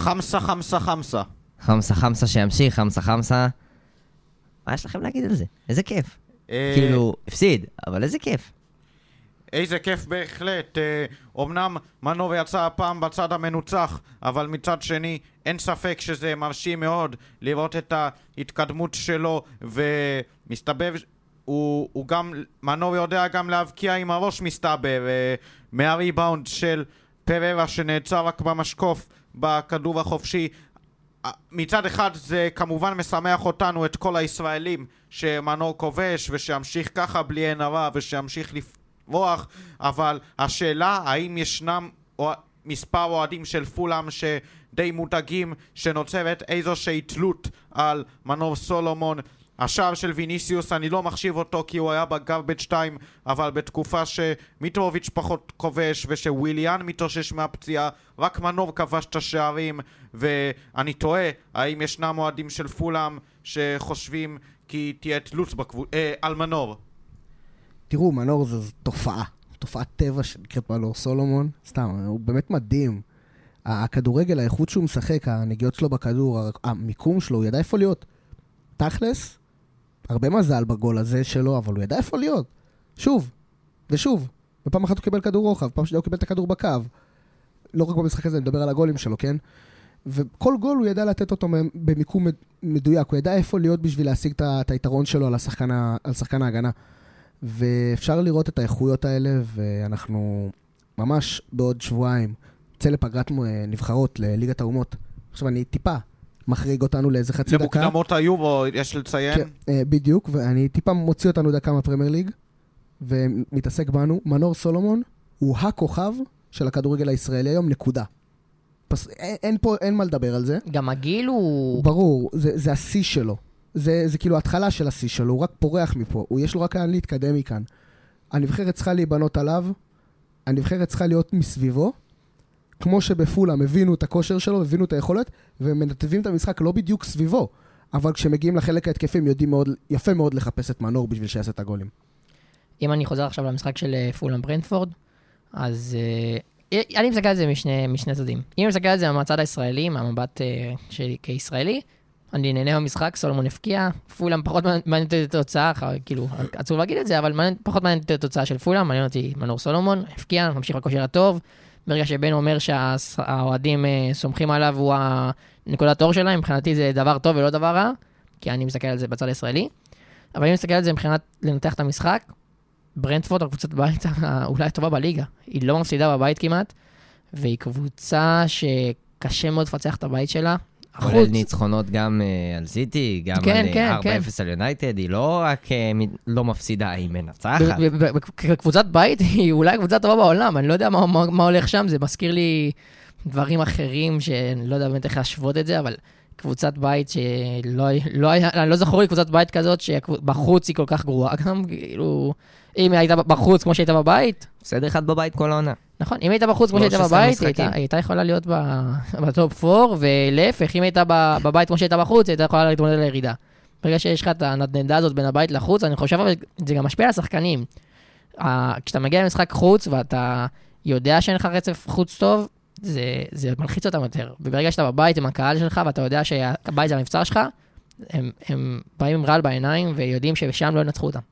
חמסה שימשיך, חמסה. מה יש לכם להגיד על זה? איזה כיף. כאילו, הפסיד, אבל איזה כיף. איזה כיף בהחלט. אמנם מנור יצא הפעם בצד המנוצח, אבל מצד שני אין ספק שזה מרשים מאוד לראות את ההתקדמות שלו, ומסתבר הוא גם, מנור יודע גם להבקיע עם הראש מסתבר, מהריבאונד של פררה שנעצר רק במשקוף בכדור החופשי. מצד אחד זה כמובן משמח אותנו, את כל הישראלים, שמנור כובש ושימשיך ככה בלי עין הרע ושימשיך לפרוח, אבל השאלה האם ישנם מספר אוהדים של פולאם שדי מודאגים שנוצרת איזושהי תלות על מנור סולומון. השער של ויניסיוס אני לא מחשיב אותו כי הוא היה בגרבג' 2, אבל בתקופה שמיטרוביץ' פחות כובש ושוויליאן מתאושש מהפציעה, רק מנור כבש את השערים, ואני תוהה האם ישנם אוהדים של פולאם שחושבים כי תהיה תלות על מנור. תראו, מנור זו תופעת טבע שנקראת מנור סולומון, סתם, הוא באמת מדהים. הכדורגל, האיכות שהוא משחק, הנגיעות שלו בכדור, המיקום שלו, הוא ידע איפה להיות. תכלס, הרבה מזל בגול הזה שלו, אבל הוא ידע איפה להיות. שוב, ושוב. ופעם אחת הוא קיבל כדור רוחב, פעם שנייה הוא קיבל את הכדור בקו. לא רק במשחק הזה, אני מדבר על הגולים שלו, כן? וכל גול הוא ידע לתת אותו במיקום מדויק. הוא ידע איפה להיות בשביל להשיג את היתרון שלו על שחקן ההגנה. ואפשר לראות את האיכויות האלה, ואנחנו ממש בעוד שבועיים צא לפגרת נבחרות לליגת האומות. עכשיו אני טיפה מחריג אותנו לאיזה חצי דקה. למוקדמות היורו, יש לציין. כן, בדיוק, ואני טיפה מוציא אותנו דקה מהפרמייר ליג, ומתעסק בנו. מנור סולומון הוא הכוכב של הכדורגל הישראלי היום, נקודה. אין מה לדבר על זה. גם הגיל הוא... ברור, זה השיא שלו. זה כאילו ההתחלה של השיא שלו, הוא רק פורח מפה, יש לו רק כאן להתקדם מכאן. הנבחרת צריכה להיבנות עליו, הנבחרת צריכה להיות מסביבו, כמו שבפולאם הבינו את הכושר שלו, הבינו את היכולת, ומנתבים את המשחק לא בדיוק סביבו. אבל כשמגיעים לחלק ההתקפי, הם יודעים יפה מאוד לחפש את מנור בשביל שיעשה את הגולים. אם אני חוזר עכשיו למשחק של פולהאם ברנטפורד, אז אני מסתכל על זה משני צדדים. אם אני מסתכל על זה מהצד הישראלי, מהמבט שלי כישראלי, אני נהנה במשחק, סולומון הפקיע, פולהאם פחות מעניין אותי את התוצאה, כאילו, עצוב להגיד את זה, אבל פחות מעניין אותי את התוצאה של פולהאם, מעניין אותי מנור סולומון, הפקיע, ממשיך בכושר הטוב, ברגע שבן אומר שהאוהדים סומכים עליו, הוא הנקודת אור שלהם, מבחינתי זה דבר טוב ולא דבר רע, כי אני מסתכל על זה בצד הישראלי, אבל אם אני מסתכל על זה מבחינת לנתח את המשחק, ברנטפורד, הקבוצת בית אולי טובה בליגה, היא לא מפסידה בבית כמעט, והיא קבוצה שקשה מאוד לפצח את הבית שלה, כולל ניצחונות גם על סיטי, גם על 4-0 על יונייטד, היא לא רק לא מפסידה, היא מנצחת. קבוצת בית היא אולי קבוצה טובה בעולם, אני לא יודע מה הולך שם, זה מזכיר לי דברים אחרים, שאני לא יודע באמת איך להשוות את זה, אבל קבוצת בית אני לא זכור לי קבוצת בית כזאת, שבחוץ היא כל כך גרועה גם, כאילו, אם היא הייתה בחוץ כמו שהייתה בבית. בסדר אחד בבית כל העונה. נכון, אם הייתה בחוץ כמו שהייתה בבית, היא הייתה יכולה להיות בטופ 4, ולהפך, אם הייתה בבית כמו שהייתה בחוץ, היא הייתה יכולה להתמודד על הירידה. ברגע שיש לך את הנדנדה הזאת בין הבית לחוץ, אני חושב, זה גם משפיע על השחקנים. כשאתה מגיע למשחק חוץ, ואתה יודע שאין לך רצף חוץ טוב, זה מלחיץ אותם יותר. וברגע שאתה בבית עם הקהל שלך, ואתה יודע שהבית זה המבצר שלך, הם באים עם רעל בעיניים, ויודעים שבשם לא ינצחו אותם.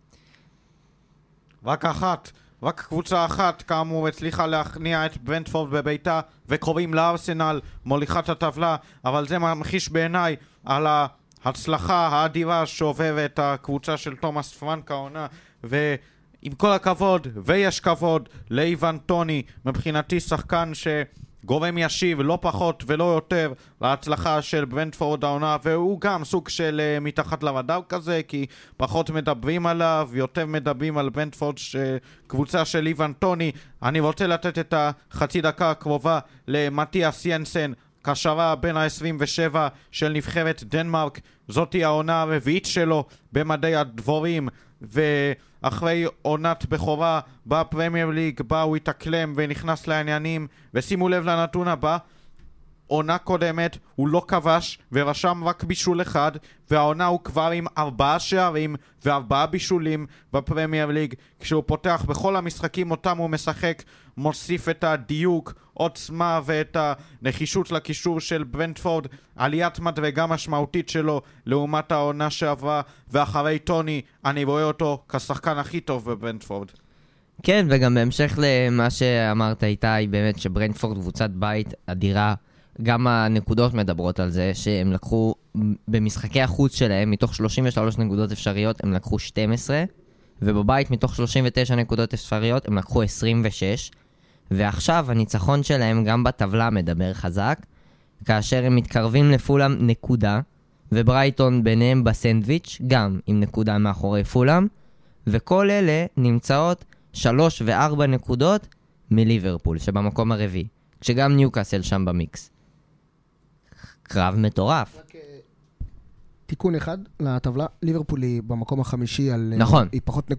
רק קבוצה אחת, כאמור, הצליחה להכניע את ברנטפורד בביתה, וקוראים לארסנל מוליכת הטבלה, אבל זה ממחיש בעיניי על ההצלחה האדירה שעוברת הקבוצה של תומאס פרנק העונה, ועם כל הכבוד, ויש כבוד, לאיוון טוני, מבחינתי שחקן גורם ישיב לא פחות ולא יותר להצלחה של ברנטפורד העונה, והוא גם סוג של מתחת לרדאר כזה, כי פחות מדברים עליו, יותר מדברים על ברנטפורד קבוצה של איוון טוני. אני רוצה לתת את החצי דקה הקרובה למתיאס ינסן, קשרה בין ה-27 של נבחרת דנמרק. זאתי העונה הרביעית שלו במדי הדבורים, ואחרי עונת בכורה בפרמייר ליג בה הוא התאקלם ונכנס לעניינים, ושימו לב לנתון הבא, עונה קודמת הוא לא כבש ורשם רק בישול אחד, והעונה הוא כבר עם 4 שערים ו4 בישולים בפרמייר ליג. כשהוא פותח בכל המשחקים אותם הוא משחק, מוסיף את הדיוק, עוצמה ואת הנחישות לקישור של ברנטפורד, עליית מדרגה משמעותית שלו לעומת העונה שעברה, ואחרי טוני אני רואה אותו כשחקן הכי טוב בברנטפורד. כן, וגם בהמשך למה שאמרת איתי, באמת שברנטפורד קבוצת בית אדירה, גם הנקודות מדברות על זה, שהם לקחו במשחקי החוץ שלהם, מתוך 33 נקודות אפשריות, הם לקחו 12, ובבית מתוך 39 נקודות אפשריות, הם לקחו 26, ועכשיו הניצחון שלהם גם בטבלה מדבר חזק, כאשר הם מתקרבים לפולהאם נקודה, וברייטון ביניהם בסנדוויץ' גם עם נקודה מאחורי פולהאם, וכל אלה נמצאות 3 ו4 נקודות מליברפול, שבמקום הרביעי, כשגם ניוקאסל שם במיקס. קרב מטורף. רק תיקון אחד לטבלה, ליברפול היא במקום החמישי על... נכון. היא פחות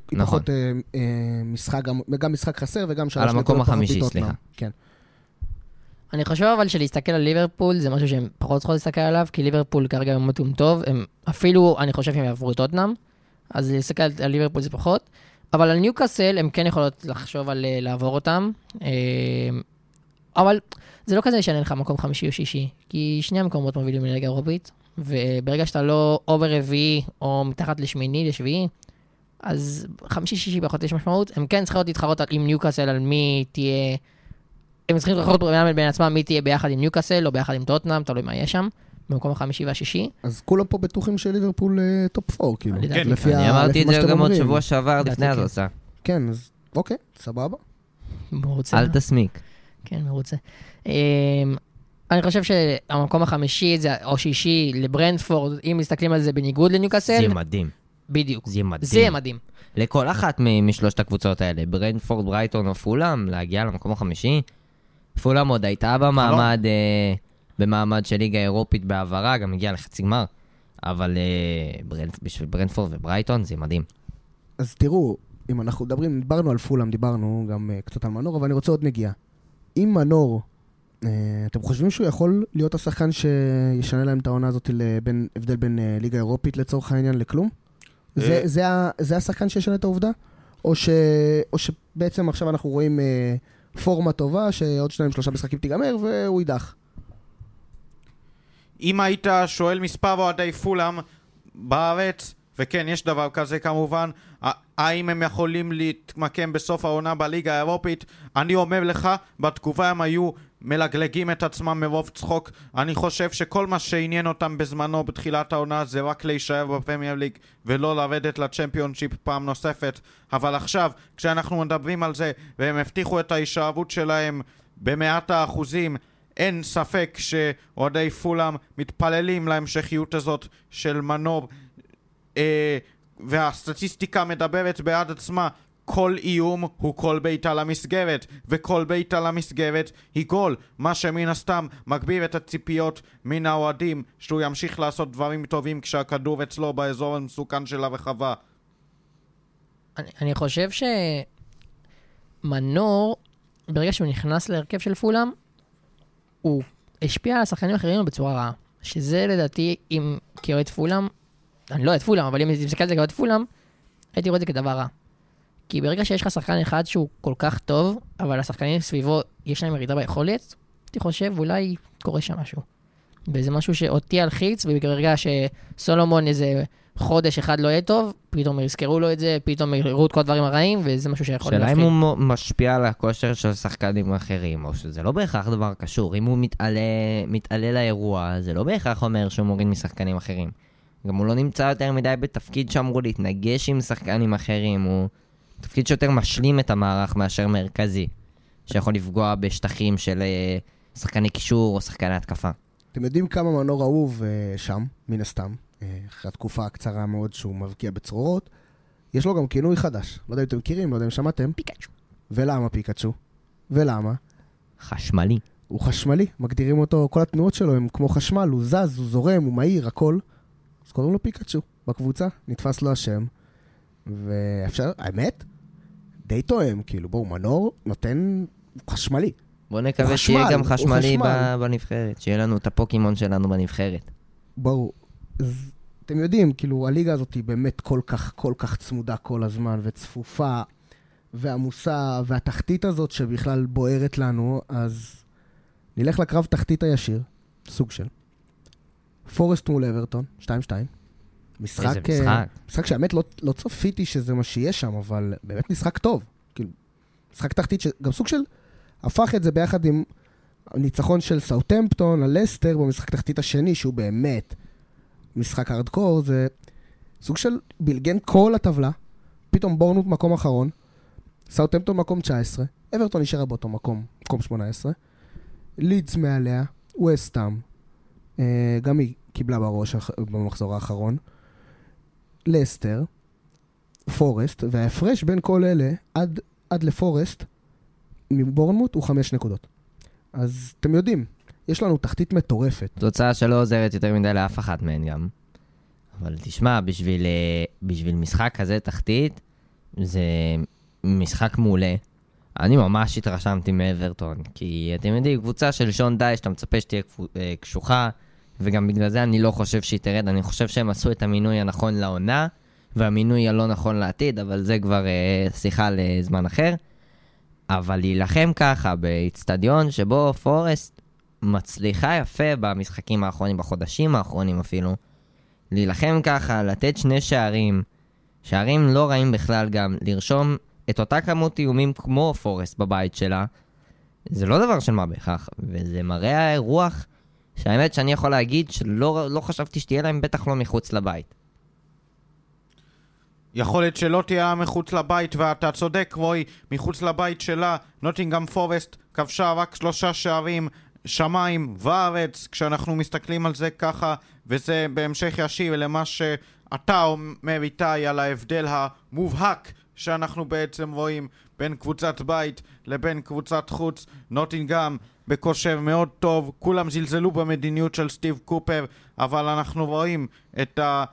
משחק, גם משחק חסר וגם על המקום החמישי, סליחה. כן. אני חושב אבל שלהסתכל על ליברפול זה משהו שהם פחות צריכות להסתכל עליו, כי ליברפול כרגע במקום טוב, הם אפילו, אני חושב שהם יעברו את טוטנהאם, אז להסתכל על ליברפול זה פחות, אבל על ניוקאסל הם כן יכולות לחשוב על לעבור אותם, אבל זה לא כזה ישנה לך מקום חמישי או שישי, כי שני המקומות מובילים לליגה אירופית, וברגע שאתה לא או ברביעי או מתחת לשמיני, לשביעי, אז חמישי-שישי פחות יש משמעות, הם כן צריכות להתחרות עם ניוקאסל על מי תהיה, הם צריכים להתחרות בין עצמם מי תהיה ביחד עם ניוקאסל או ביחד עם טוטנהאם, תלוי מה יש שם, במקום החמישי והשישי. אז כולם פה בטוחים של ליברפול טופ 4, כאילו. אני אמרתי את זה גם עוד שבוע שעבר לפני הזו. כן, אז אוקיי, סבבה. מרוצה. אל תסמיק. כן, מרוצה. אני חושב שהמקום החמישי או שישי לברנטפורד, אם מסתכלים על זה בניגוד לניוקאסל, זה מדהים. בדיוק. זה מדהים. זה מדהים. לכל אחת משלושת הקבוצות האלה, ברנטפורד, ברייטון או פולהאם, להגיע למקום החמישי. פולהאם עוד הייתה במעמד של ליגה אירופית בעברה, גם הגיעה לחצי גמר. אבל בשביל ברנטפורד וברייטון זה מדהים. אז תראו, אם אנחנו דיברנו על פולהאם, דיברנו גם קצת על מנור, אבל אני רוצה עוד נגיעה. אם מנור אתם חושבים שהוא יכול להיות השחקן שישנה להם את העונה הזאת הבדל בין ליגה אירופית לצורך העניין לכלום? זה השחקן שישנה את העובדה? או שבעצם עכשיו אנחנו רואים פורמה טובה שעוד 2-3 משחקים תיגמר והוא יידח? אם היית שואל מספר אוהדי פולאם בארץ, וכן, יש דבר כזה כמובן, האם הם יכולים להתמקם בסוף העונה בליגה האירופית? אני אומר לך, בתקופה הם היו מלגלגים את עצמם מרוב צחוק. אני חושב שכל מה שעניין אותם בזמנו בתחילת העונה זה רק להישאר בפרמייר ליג ולא לרדת לצ'מפיונשיפ פעם נוספת. אבל עכשיו, כשאנחנו מדברים על זה והם הבטיחו את ההישארות שלהם במאת האחוזים, אין ספק שאוהדי פולאם מתפללים להמשכיות הזאת של מנור, והסטטיסטיקה מדברת בעד עצמה. כל איום הוא כל בעיטה למסגרת, וכל בעיטה למסגרת היא גול, מה שמן הסתם מגביר את הציפיות מן האוהדים שהוא ימשיך לעשות דברים טובים כשהכדור אצלו באזור המסוכן של הרחבה. אני חושב שמנור, ברגע שהוא נכנס להרכב של פולאם, הוא השפיע על השחקנים האחרים בצורה רעה. שזה לדעתי, אם כאוהד פולאם, אני לא אוהד פולאם, אבל אם תסתכל על זה כאוהד פולאם, הייתי רואה את זה כדבר רע. כי ברגע שיש לך שחקן אחד שהוא כל כך טוב, אבל השחקנים סביבו יש להם ירידה ביכולת, הייתי חושב אולי קורה שם משהו. וזה משהו שאותי הלחיץ, וברגע שסולומון איזה חודש אחד לא יהיה טוב, פתאום יזכרו לו את זה, פתאום יראו את כל הדברים הרעים, וזה משהו שיכול להפחיד. שאלה אם הוא משפיע על הכושר של שחקנים אחרים, או שזה לא בהכרח דבר קשור. אם הוא מתעלה לאירוע, זה לא בהכרח אומר שהוא מוריד משחקנים אחרים. גם הוא לא נמצא יותר מדי בתפקיד שאמרו להתנגש עם שחקנים אחרים, הוא תפקיד שיותר משלים את המערך מאשר מרכזי, שיכול לפגוע בשטחים של שחקני קישור או שחקני התקפה. אתם יודעים כמה מנור אהוב שם, מן הסתם, אחרי התקופה הקצרה מאוד שהוא מבקיע בצרורות. יש לו גם כינוי חדש, לא יודע אם אתם מכירים, לא יודע אם שמעתם. פיקאצ'ו. ולמה פיקאצ'ו? ולמה? חשמלי. הוא חשמלי, מגדירים אותו, כל התנועות שלו הם כמו חשמל, הוא זז, הוא זורם, הוא מהיר, הכל. אז קוראים לו פיקאצ'ו בקבוצה, נתפס לו השם. ואפשר, האמת, די תואם, כאילו, בואו, מנור נותן חשמלי. בוא נקווה שיהיה גם חשמלי בנבחרת, שיהיה לנו את הפוקימון שלנו בנבחרת. בואו, אתם יודעים, כאילו, הליגה הזאת היא באמת כל כך צמודה כל הזמן, וצפופה, ועמוסה, והתחתית הזאת שבכלל בוערת לנו, אז נלך לקרב תחתית הישיר, סוג של. פורסט מול אברטון, 2-2. משחק שהאמת לא צפיתי שזה מה שיהיה שם, אבל באמת משחק טוב. כאילו, משחק תחתית שגם סוג של הפך את זה ביחד עם הניצחון של סאות'המפטון על לסטר במשחק תחתית השני, שהוא באמת משחק הארדקור, זה סוג של בלגן כל הטבלה, פתאום בורנות מקום אחרון, סאות'המפטון מקום 19, אברטון נשארה באותו מקום 18, לידס מעליה, ווסטהאם, גם היא קיבלה בראש במחזור האחרון, לסטר, פורסט, וההפרש בין כל אלה עד לפורסט מבורנמוט הוא 5 נקודות. אז אתם יודעים, יש לנו תחתית מטורפת. תוצאה שלא עוזרת יותר מדי לאף אחת מהן גם. אבל תשמע, בשביל משחק כזה תחתית, זה משחק מעולה. אני ממש התרשמתי מאברטון, כי אתם יודעים, קבוצה של שון די, שאתה מצפה שתהיה קשוחה, וגם בגלל זה אני לא חושב שהיא תרד. אני חושב שהם עשו את המינוי הנכון לעונה, והמינוי הלא נכון לעתיד, אבל זה כבר שיחה לזמן אחר. אבל להילחם ככה באצטדיון שבו פורסט מצליחה יפה במשחקים האחרונים, בחודשים האחרונים אפילו, להילחם ככה, לתת 2 שערים לא רעים בכלל גם, לרשום את אותה כמות איומים כמו פורסט בבית שלה, זה לא דבר של מה בכך, וזה מראה רוח שהאמת שאני יכול להגיד שלא חשבתי שתהיה להם, בטח לא מחוץ לבית. יכול להיות שלא תהיה מחוץ לבית, ואתה צודק, רוי, מחוץ לבית שלה, נוטינגהאם פורסט כבשה רק 3 שערים, שמיים וארץ, כשאנחנו מסתכלים על זה ככה, וזה בהמשך ישיר למה שאתה אומר איתי על ההבדל המובהק שאנחנו בעצם רואים בין קבוצת בית לבין קבוצת חוץ. נוטינגהאם בכושר מאוד טוב, כולם זלזלו במדיניות של סטיב קופר, אבל אנחנו רואים את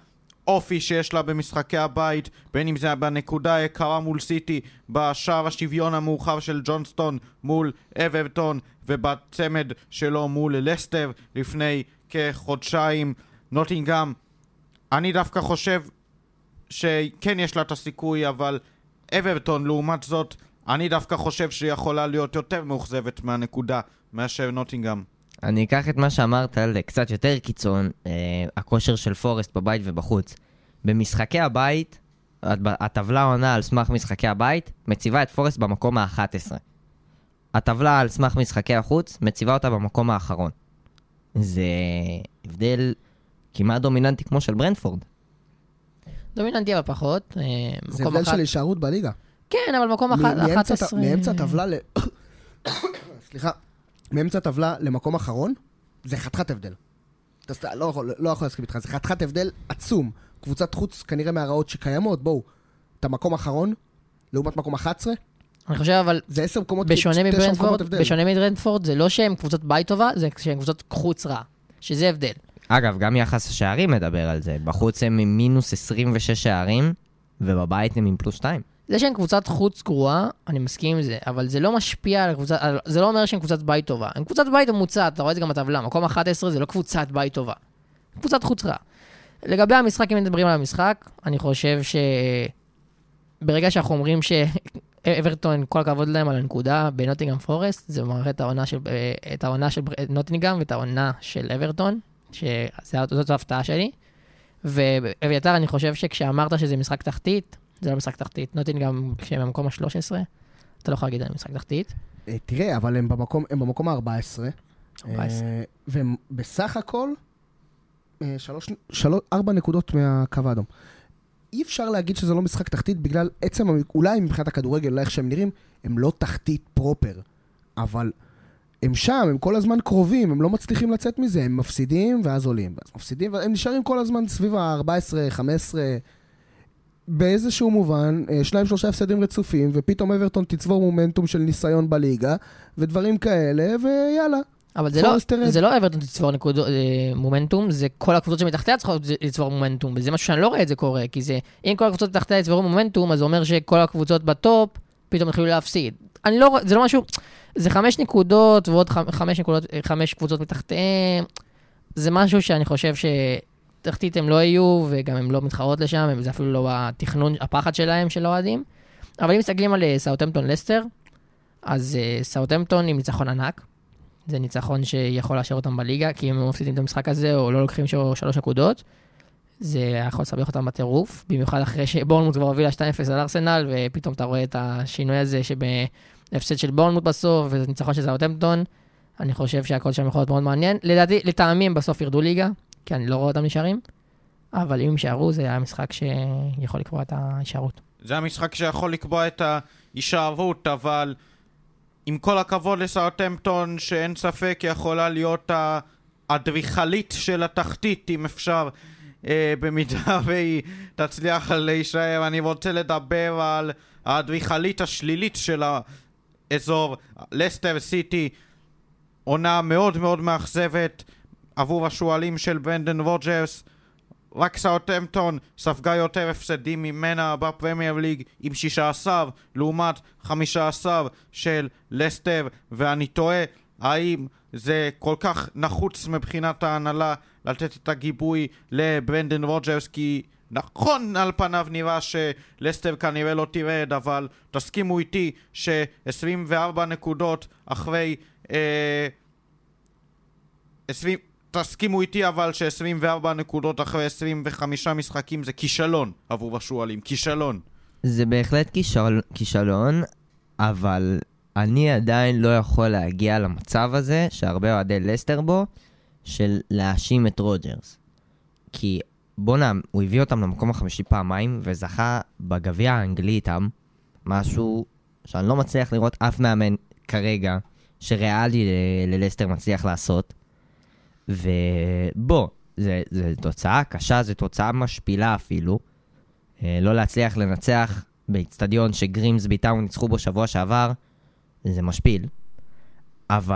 האופי שיש לה במשחקי הבית, בין אם זה בנקודה היקרה מול סיטי, בשער השוויון המורחב של ג'ונסטון מול אברטון, ובצמד שלו מול לסטר לפני כחודשיים. נוטינגהאם, אני דווקא חושב שכן יש לה את הסיכוי, אבל אברטון לעומת זאת, אני דווקא חושב שהיא יכולה להיות יותר מאוכזבת מהנקודה מאשר נוטינגהאם. אני אקח את מה שאמרת לקצת יותר קיצון, הכושר של פורסט בבית ובחוץ. במשחקי הבית, הטבלה עונה על סמך משחקי הבית, מציבה את פורסט במקום ה-11. הטבלה על סמך משחקי החוץ, מציבה אותה במקום האחרון. זה הבדל כמעט דומיננטי כמו של ברנטפורד. דומיננטי אבל פחות. זה הבדל של הישארות בליגה. כן, אבל מקום 11... מאמצע טבלה סליחה. מאמצע טבלה למקום אחרון, זה חתיכת הבדל. אתה לא יכול להסכים איתך, זה חתיכת הבדל עצום. קבוצת חוץ כנראה מהרעות שקיימות, בואו, אתה מקום אחרון, לעומת מקום 11, אני חושב אבל, זה 10 מקומות, בשונה מברנטפורד, זה לא שהם קבוצות בית טובה, זה שהם קבוצות חוץ רע, שזה הבדל. אגב, גם יחס השערים מדבר על זה. בחוץ הם עם מינוס 26 שערים, ובבית הם עם פלוס 2. זה שהם קבוצת חוץ גרועה, אני מסכים עם זה, אבל זה לא משפיע על הקבוצה, זה לא אומר שהם קבוצת בית טובה. הם קבוצת בית ממוצעת, אתה רואה את זה גם בטבלה, מקום 11 זה לא קבוצת בית טובה. קבוצת חוץ רע. לגבי המשחק, אם מדברים על המשחק, אני חושב ברגע שאנחנו אומרים שאברטון, כל הכבוד להם על הנקודה בנוטינגהאם פורסט, זה מראה את העונה של נוטינגהאם ואת העונה של אברטון, שזאת ההפתעה שלי. ואביתר, אני חושב שכשאמרת שזה משחק תחתית, זה לא משחק תחתית. נוטינגהאם כשהם במקום ה-13, אתה לא יכול להגיד על משחק תחתית. תראה, אבל הם במקום ה-14. והם בסך הכל 4 נקודות מהקו האדום. אי אפשר להגיד שזה לא משחק תחתית בגלל עצם, אולי מבחינת הכדורגל, אולי איך שהם נראים, הם לא תחתית פרופר. אבל הם שם, הם כל הזמן קרובים, הם לא מצליחים לצאת מזה, הם מפסידים ואז עולים. מפסידים, הם נשארים כל הזמן סביב ה-14, 15, באיזשהו מובן, 2-3 הפסדים רצופים, ופתאום אברטון תצבור מומנטום של ניסיון בליגה, ודברים כאלה, ויאללה. אבל זה לא אברטון תצבור מומנטום, זה כל הקבוצות שמתחתיה צריכות לצבור מומנטום, וזה משהו שאני לא רואה את זה קורה, כי זה, אם כל הקבוצות מתחתיה יצברו מומנטום, אז זה אומר שכל הקבוצות בטופ פתאום התחילו להפסיד. זה לא משהו, זה 5 נקודות ועוד 5 קבוצות מתחתיהם, זה משהו שאני חושב תחתית הם לא יהיו, וגם הם לא מתחרות לשם, זה אפילו לא התכנון, הפחד שלהם של האוהדים. אבל אם מסתכלים על סאות'המפטון לסטר, אז סאות'המפטון עם ניצחון ענק, זה ניצחון שיכול לאשר אותם בליגה, כי אם הם מפסידים את המשחק הזה, או לא לוקחים 3 נקודות, זה יכול לסבך אותם בטירוף, במיוחד אחרי שבורנמוט כבר הובילה 2-0 על ארסנל, ופתאום אתה רואה את השינוי הזה שבהפסד של בורנמוט בסוף, וזה ניצחון של סאות'המפטון. אני חושב שהכל שם יכול להיות מאוד מעניין. לדעתי, לטעמים בסוף ירדו ליגה, כי אני לא רואה אותם נשארים, אבל אם יישארו, זה היה משחק שיכול לקבוע את ההישארות. זה המשחק שיכול לקבוע את ההישארות, אבל עם כל הכבוד לסאות'המפטון, שאין ספק יכולה להיות האדריכלית של התחתית, אם אפשר, במידה והיא תצליח להישאר. אני רוצה לדבר על האדריכלית השלילית של האזור, לסטר סיטי, עונה מאוד מאוד מאכזבת, עבור השואלים של ברנדן רוג'רס. רק סאות'המפטון ספגה יותר הפסדים ממנה בפרמייר ליג עם 16 לעומת 15 של לסטר, ואני תוהה האם זה כל כך נחוץ מבחינת ההנהלה לתת את הגיבוי לברנדן רוג'רס, כי נכון על פניו נראה שלסטר כנראה לא תירד, אבל תסכימו איתי ש24 נקודות אחרי תסכימו איתי אבל ש24 נקודות אחרי 25 משחקים זה כישלון עבור השואלים, כישלון. זה בהחלט כישלון, אבל אני עדיין לא יכול להגיע למצב הזה שהרבה אוהדי לסטר בו, של להאשים את רוג'רס. כי בונה, הוא הביא אותם למקום החמישי פעמיים, וזכה בגביע האנגלי איתם, משהו שאני לא מצליח לראות אף מאמן כרגע, שריאלי ללסטר מצליח לעשות. ובוא, זה תוצאה קשה, זה תוצאה משפילה אפילו. לא להצליח לנצח באצטדיון שגרימסבי טאון ניצחו בו שבוע שעבר, זה משפיל. אבל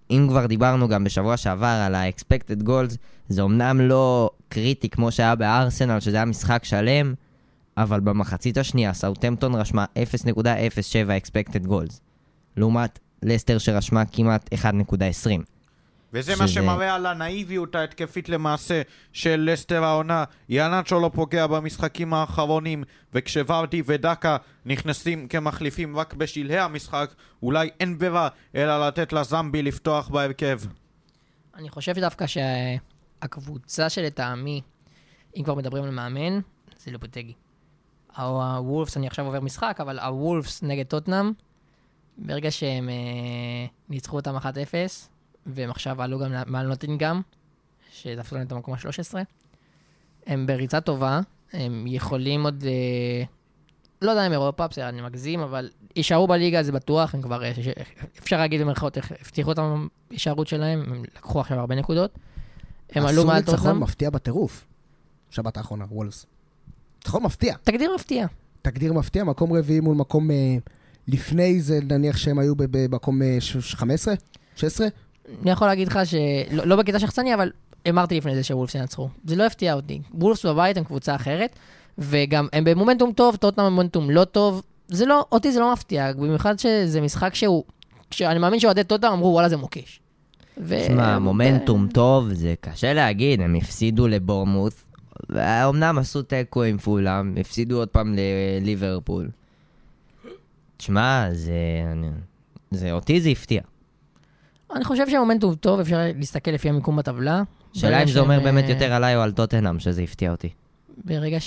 אם כבר דיברנו גם בשבוע שעבר על ה-expected goals, זה אומנם לא קריטי כמו שהיה בארסנל, שזה היה משחק שלם, אבל במחצית השנייה סאות'המפטון רשמה 0.07 expected goals, לעומת לסטר שרשמה כמעט 1.20. וזה מה שמראה על הנאיביות ההתקפית למעשה של לסטר העונה. יאנצ'ו לא פוגע במשחקים האחרונים, וכשוורדי ודקה נכנסים כמחליפים רק בשלהי המשחק, אולי אין ברירה אלא לתת לזמבי לפתוח בהרכב. אני חושב דווקא שהקבוצה שלטעמי, אם כבר מדברים על מאמן, זה לופטגי. הוולפס, אני עכשיו עובר משחק, אבל הוולפס נגד טוטנהאם, ברגע שהם ניצחו אותם 1-0, והם עכשיו עלו גם מעל נוטינגהאם, שדפקו להם את המקום ה-13. הם בריצה טובה, הם יכולים עוד, לא יודע אם אירופה, בסדר, אני מגזים, אבל יישארו בליגה, זה בטוח, הם כבר, אפשר להגיד במרכאות, הבטיחו את ההישארות שלהם, הם לקחו עכשיו הרבה נקודות. הם עלו מעל טוטנהאם. ניצחון מפתיע בטירוף. שבת האחרונה, וולס. ניצחון מפתיע. תקדיר מפתיע, מקום רביעי מול מקום לפני זה, נניח שהם היו במקום 15, 16. אני יכול להגיד לך שלא בקטע שחצני, אבל אמרתי לפני זה שוולפס ינצחו. זה לא הפתיע אותי. וולפס בבית הם קבוצה אחרת, וגם הם במומנטום טוב, טוטנהאם במומנטום לא טוב. אותי זה לא מפתיע, במיוחד שזה משחק שאני מאמין שאוהדי טוטנהאם אמרו, וואלה זה מוקש. תשמע, מומנטום טוב, זה קשה להגיד, הם הפסידו לבורמוט, ואומנם עשו תיקו עם פולאם, הפסידו עוד פעם לליברפול. תשמע, אותי זה הפתיע. אני חושב שהמומנטום טוב, אפשר להסתכל לפי המיקום בטבלה. שאלה אם זה אומר באמת יותר עליי או על טוטנהאם, שזה הפתיע אותי. ברגע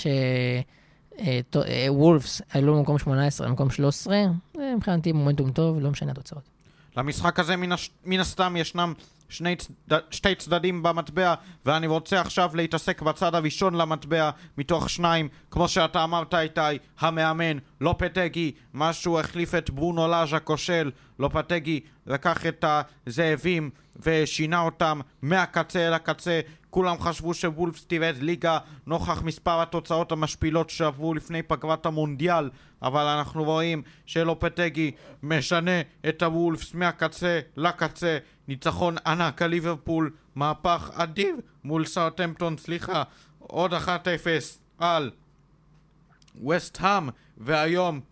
שוולפס עלו במקום 18, במקום 13, מבחינתי מומנטום טוב, לא משנה התוצאות. למשחק הזה מן הסתם ישנם שתי צדדים במטבע, ואני רוצה עכשיו להתעסק בצד הראשון למטבע מתוך שניים. כמו שאתה אמרת איתי, המאמן לופטגי, משהו החליף את ברונו לאז' הכושל. לופטגי לקח את הזאבים ושינה אותם מהקצה אל הקצה. כולם חשבו שוולפס תרד ליגה נוכח מספר התוצאות המשפילות שעברו לפני פגרת המונדיאל, אבל אנחנו רואים שלופטגי משנה את הוולפס מהקצה לקצה. ניצחון ענק על ליברפול, מהפך אדיר מול סאות'המפטון, עוד 1-0 על וסט-האם, והיום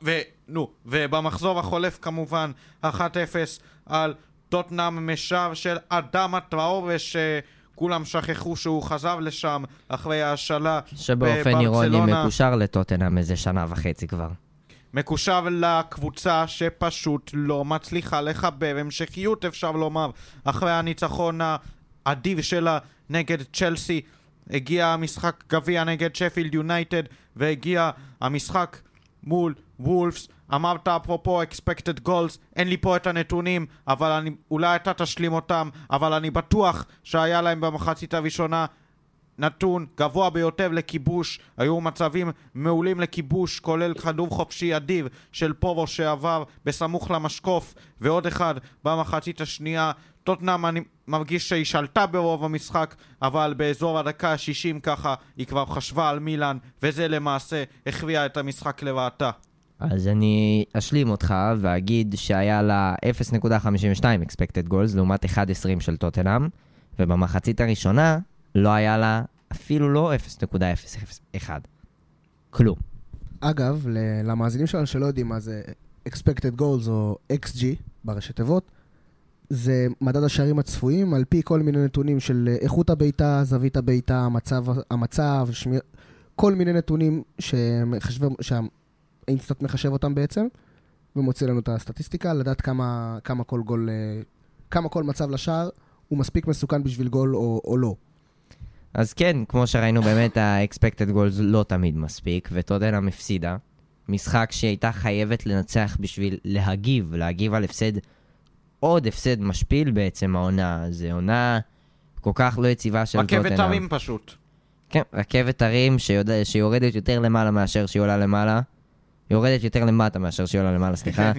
ובמחזור החולף כמובן 1-0 על טוטנהאם, משאר של אדמה טראורה שכולם שכחו שהוא חזר לשם אחרי ההשאלה שבאופן אירוני מקושר לטוטנהאם איזה שנה וחצי כבר. מקושר לקבוצה שפשוט לא מצליחה לחבר המשכיות, אפשר לומר. אחרי הניצחון האדיב שלה נגד צ'לסי, הגיע המשחק גביע נגד שפילד יונייטד, והגיע המשחק מול וולפס. אמרת אפרופו expected goals, אין לי פה את הנתונים, אבל אולי אתה תשלים אותם, אבל אני בטוח שהיה להם במחצית הראשונה נתון גבוה ביותר לכיבוש. היו מצבים מעולים לכיבוש, כולל כדור חופשי אדיר של פורו שעבר בסמוך למשקוף, ועוד אחד במחצית השנייה. טוטנהאם אני מרגיש שהיא שלטה ברוב המשחק, אבל באזור הדקה ה-60 ככה היא כבר חשבה על מילאן, וזה למעשה הכריע את המשחק לרעתה. אז אני אשלים אותך ואגיד שהיה לה 0.52 expected goals לעומת 1.20 של טוטנהאם, ובמחצית הראשונה לא היה לה אפילו לא 0.001. כלום. אגב, למאזינים שלנו שלא יודעים מה זה expected goals או XG ברשת תיבות, זה מדד השערים הצפויים על פי כל מיני נתונים של איכות הביתה, זווית הביתה, המצב, כל מיני נתונים שהאינסטנט מחשב אותם בעצם, ומוציא לנו את הסטטיסטיקה, לדעת כמה כל מצב לשער הוא מספיק מסוכן בשביל גול או לא. אז כן, כמו שראינו באמת ה-expected goals לא תמיד מספיק, וטוטנהאם הפסידה. משחק שהייתה חייבת לנצח בשביל להגיב על הפסד, עוד הפסד משפיל בעצם העונה. זה עונה כל כך לא יציבה של טוטנהאם. רכבת הרים פשוט. כן, רכבת הרים שיורדת יותר למעלה מאשר שהיא עולה למעלה. יורדת יותר למטה מאשר שהיא עולה למעלה, סליחה.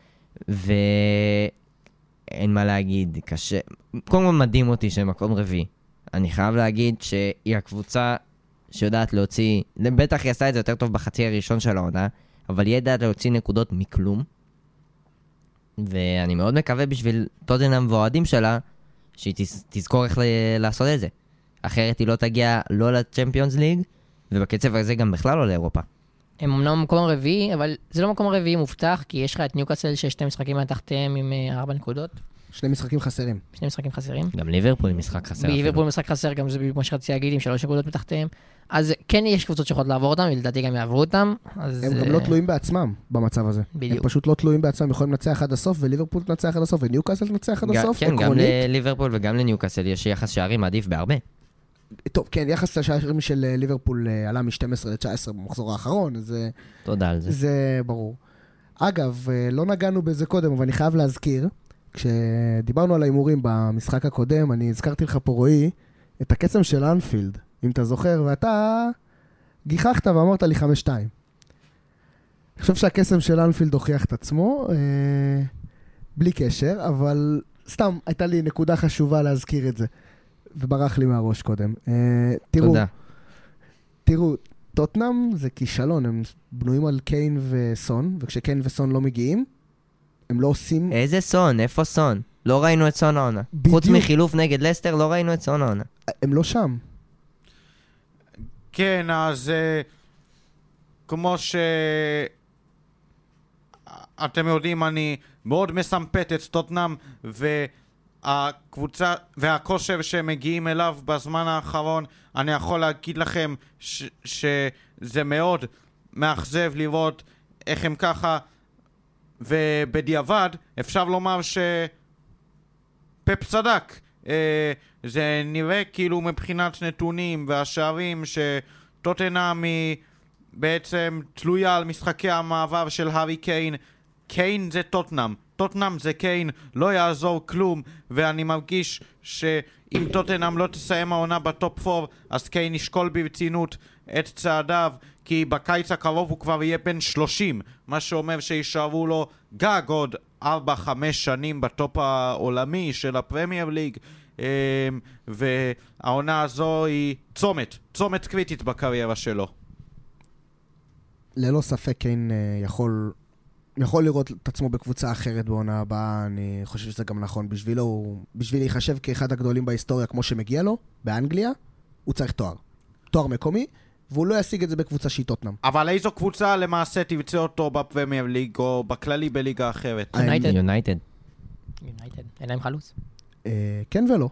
ואין מה להגיד, קשה. קודם כל מדהים אותי שמקום רביעי. אני חייב להגיד שהיא הקבוצה שיודעת להוציא, בטח היא עשה את זה יותר טוב בחצי הראשון של העונה, אבל היא יודעת להוציא נקודות מכלום. ואני מאוד מקווה בשביל טוטנהאם ואוהדים שלה, שהיא תזכור איך לעשות את זה. אחרת היא לא תגיע לא לצ'מפיונס ליג, ובקצב הזה גם בכלל לא לאירופה. הם אמנם מקום רביעי, אבל זה לא מקום רביעי מובטח, כי יש לך את ניוקאסל שיש 2 משחקים מתחתיהם עם 4 נקודות. 2 משחקים חסרים. 2 משחקים חסרים. גם ליברפול עם משחק חסר. ליברפול משחק חסר, גם זה כמו שרציתי להגיד, עם 3 נקודות מתחתיהם. אז כן יש קבוצות שיכולות לעבור אותם, ולדעתי גם יעברו אותם. הם גם לא תלויים בעצמם במצב הזה. בדיוק. הם פשוט לא תלויים בעצמם, יכולים לנצח עד הסוף, וליברפול תנצח עד הסוף, וניוקאסל תנצח עד הסוף. כן, גם לליברפול וגם לניוקאסל יש יחס שערים עדיף בהרבה. טוב, כן, יחס לשערים של ליברפול עלה מ-12 ל-19 במחזור האחרון, אז תודה על זה. זה ברור. אגב, לא נגענו בזה קודם, אבל אני חייב להזכיר, כשדיברנו על האימורים במשחק הקודם, אני הזכרתי לך פה, רועי, את הקסם של אנפילד, אם אתה זוכר, ואתה גיחכת ואמרת לי 5-2. אני חושב שהקסם של אנפילד הוכיח את עצמו, בלי קשר, אבל סתם הייתה לי נקודה חשובה להזכיר את זה. וברח לי מהראש קודם. תראו, טוטנהאם זה כישלון, הם בנויים על קיין וסון, וכשקיין וסון לא מגיעים, הם לא עושים... איזה סון? איפה סון? לא ראינו את סון העונה. חוץ מחילוף נגד לסטר, לא ראינו את סון העונה. הם לא שם. כן, אז כמו שאתם יודעים, אני מאוד מסמפת את טוטנהאם, הקבוצה והכושר שהם מגיעים אליו בזמן האחרון, אני יכול להגיד לכם שזה מאוד מאכזב לראות איך הם ככה, ובדיעבד אפשר לומר שפפ צדק. זה נראה כאילו מבחינת נתונים והשערים שטוטנהאם היא בעצם תלויה על משחקי המעבר של הארי קיין. קיין זה טוטנהאם זה קיין, לא יעזור כלום, ואני מרגיש שאם טוטנהאם לא תסיים העונה בטופ 4, אז קיין ישקול ברצינות את צעדיו, כי בקיץ הקרוב הוא כבר יהיה בן 30, מה שאומר שישארו לו גג עוד 4-5 שנים בטופ העולמי של הפרמייר ליג, והעונה הזו היא צומת קריטית בקריירה שלו. ללא ספק קיין יכול לראות את עצמו בקבוצה אחרת בעונה הבאה, אני חושב שזה גם נכון בשבילו, בשביל להיחשב כאחד הגדולים בהיסטוריה כמו שמגיע לו, באנגליה, הוא צריך תואר מקומי, והוא לא ישיג את זה בקבוצה שהיא טוטנהאם. אבל איזו קבוצה למעשה תבצע אותו בפרמייר ליג או בכללי בליגה אחרת? יונייטד. אין להם חלוץ? כן ולא.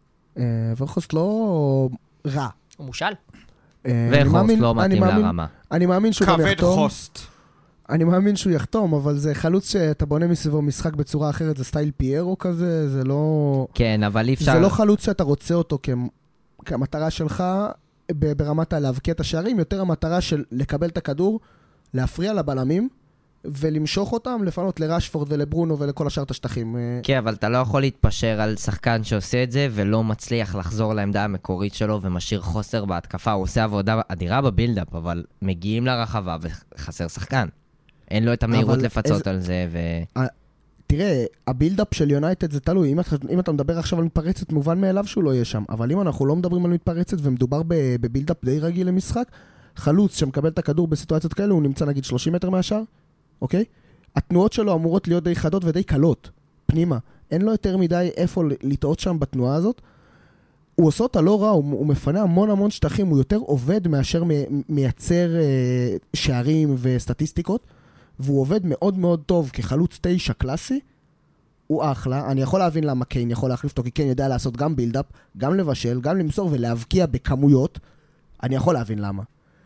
ורחוסט לא רע. הוא מושל. ורחוסט לא מתאים לרמה. אני מאמין שהוא גם כבד יחתום. חוסט. אני מאמין שהוא יחתום, אבל זה חלוץ שאתה בונה מסביבו משחק בצורה אחרת, זה סטייל פיירו כזה, זה לא... כן, אבל אי אפשר... זה לא חלוץ שאתה רוצה אותו כמטרה שלך ברמת להבקיע את השערים, יותר המטרה של לקבל את הכדור, להפריע לבלמים, ולמשוך אותם, לפנות לרשפורד ולברונו ולכל השאר את השטחים. כן, אבל אתה לא יכול להתפשר על שחקן שעושה את זה, ולא מצליח לחזור לעמדה המקורית שלו, ומשאיר חוסר בהתקפה. הוא עושה עבודה אדירה בבילדאפ, אבל מגיעים לרחבה וחסר שחקן. אין לו את המהירות לפצות על זה, תראה, הבילדאפ של יונייטד זה תלוי. אם אתה מדבר עכשיו על מתפרצת, מובן מאליו שהוא לא יהיה שם. אבל אם אנחנו לא מדברים על מתפרצת, ומדובר בבילדאפ די רגיל למשחק, חלוץ שמקבל את הכדור בסיטואציות כאלה, הוא נמצא נגיד 30 מטר מהשאר, אוקיי? התנועות שלו אמורות להיות די חדות ודי קלות, פנימה. אין לו יותר מדי איפה לטעות שם בתנועה הזאת. הוא עושה אותה לא רע, הוא מפנה המון שטחים, הוא יותר עובד מאשר מייצר שערים וסטטיסטיקות, והוא עובד מאוד מאוד טוב כחלוץ 9 קלאסי, הוא אחלה. אני יכול להבין למה קיין יכול להחליף אותו, כי קיין יודע לעשות גם בילדאפ, גם לבשל, גם למסור ולהבקיע בכמויות. אני יכול להבין למה.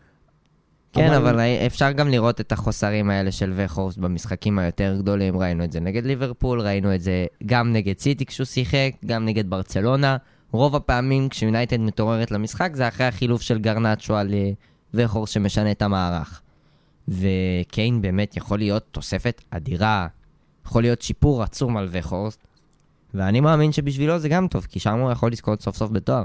כן, אבל אפשר גם לראות את החוסרים האלה של וחורסט במשחקים היותר גדולים. ראינו את זה נגד ליברפול, ראינו את זה גם נגד סיטי כשהוא שיחק, גם נגד ברצלונה. רוב הפעמים כשיונייטד מתעוררת למשחק, זה אחרי החילוף של גרנצ'ו על וחורסט שמשנה את המערך. וקיין באמת יכול להיות תוספת אדירה, יכול להיות שיפור עצום על וחורסט, ואני מאמין שבשבילו זה גם טוב, כי שם הוא יכול לזכות סוף סוף בתואר.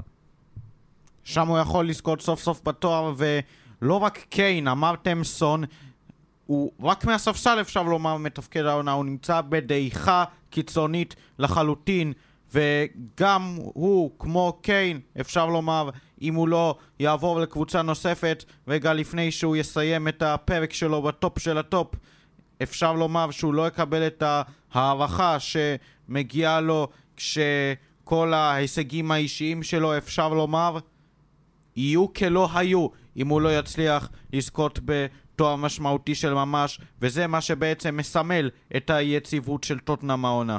שם הוא יכול לזכות סוף סוף בתואר, ולא רק קיין, אמרתם סון, הוא רק מהספסל אפשר לומר מתפקד העונה, הוא נמצא בדעיכה קיצונית לחלוטין, וגם הוא, כמו קיין, אפשר לומר, אם הוא לא יעבור לקבוצה נוספת, רגע לפני שהוא יסיים את הפרק שלו בטופ של הטופ, אפשר לומר שהוא לא יקבל את הערכה שמגיעה לו כשכל ההישגים האישיים שלו, אפשר לומר, יהיו כלא היו אם הוא לא יצליח לזכות בתואר משמעותי של ממש, וזה מה שבעצם מסמל את היציבות של טוטנהאם העונה.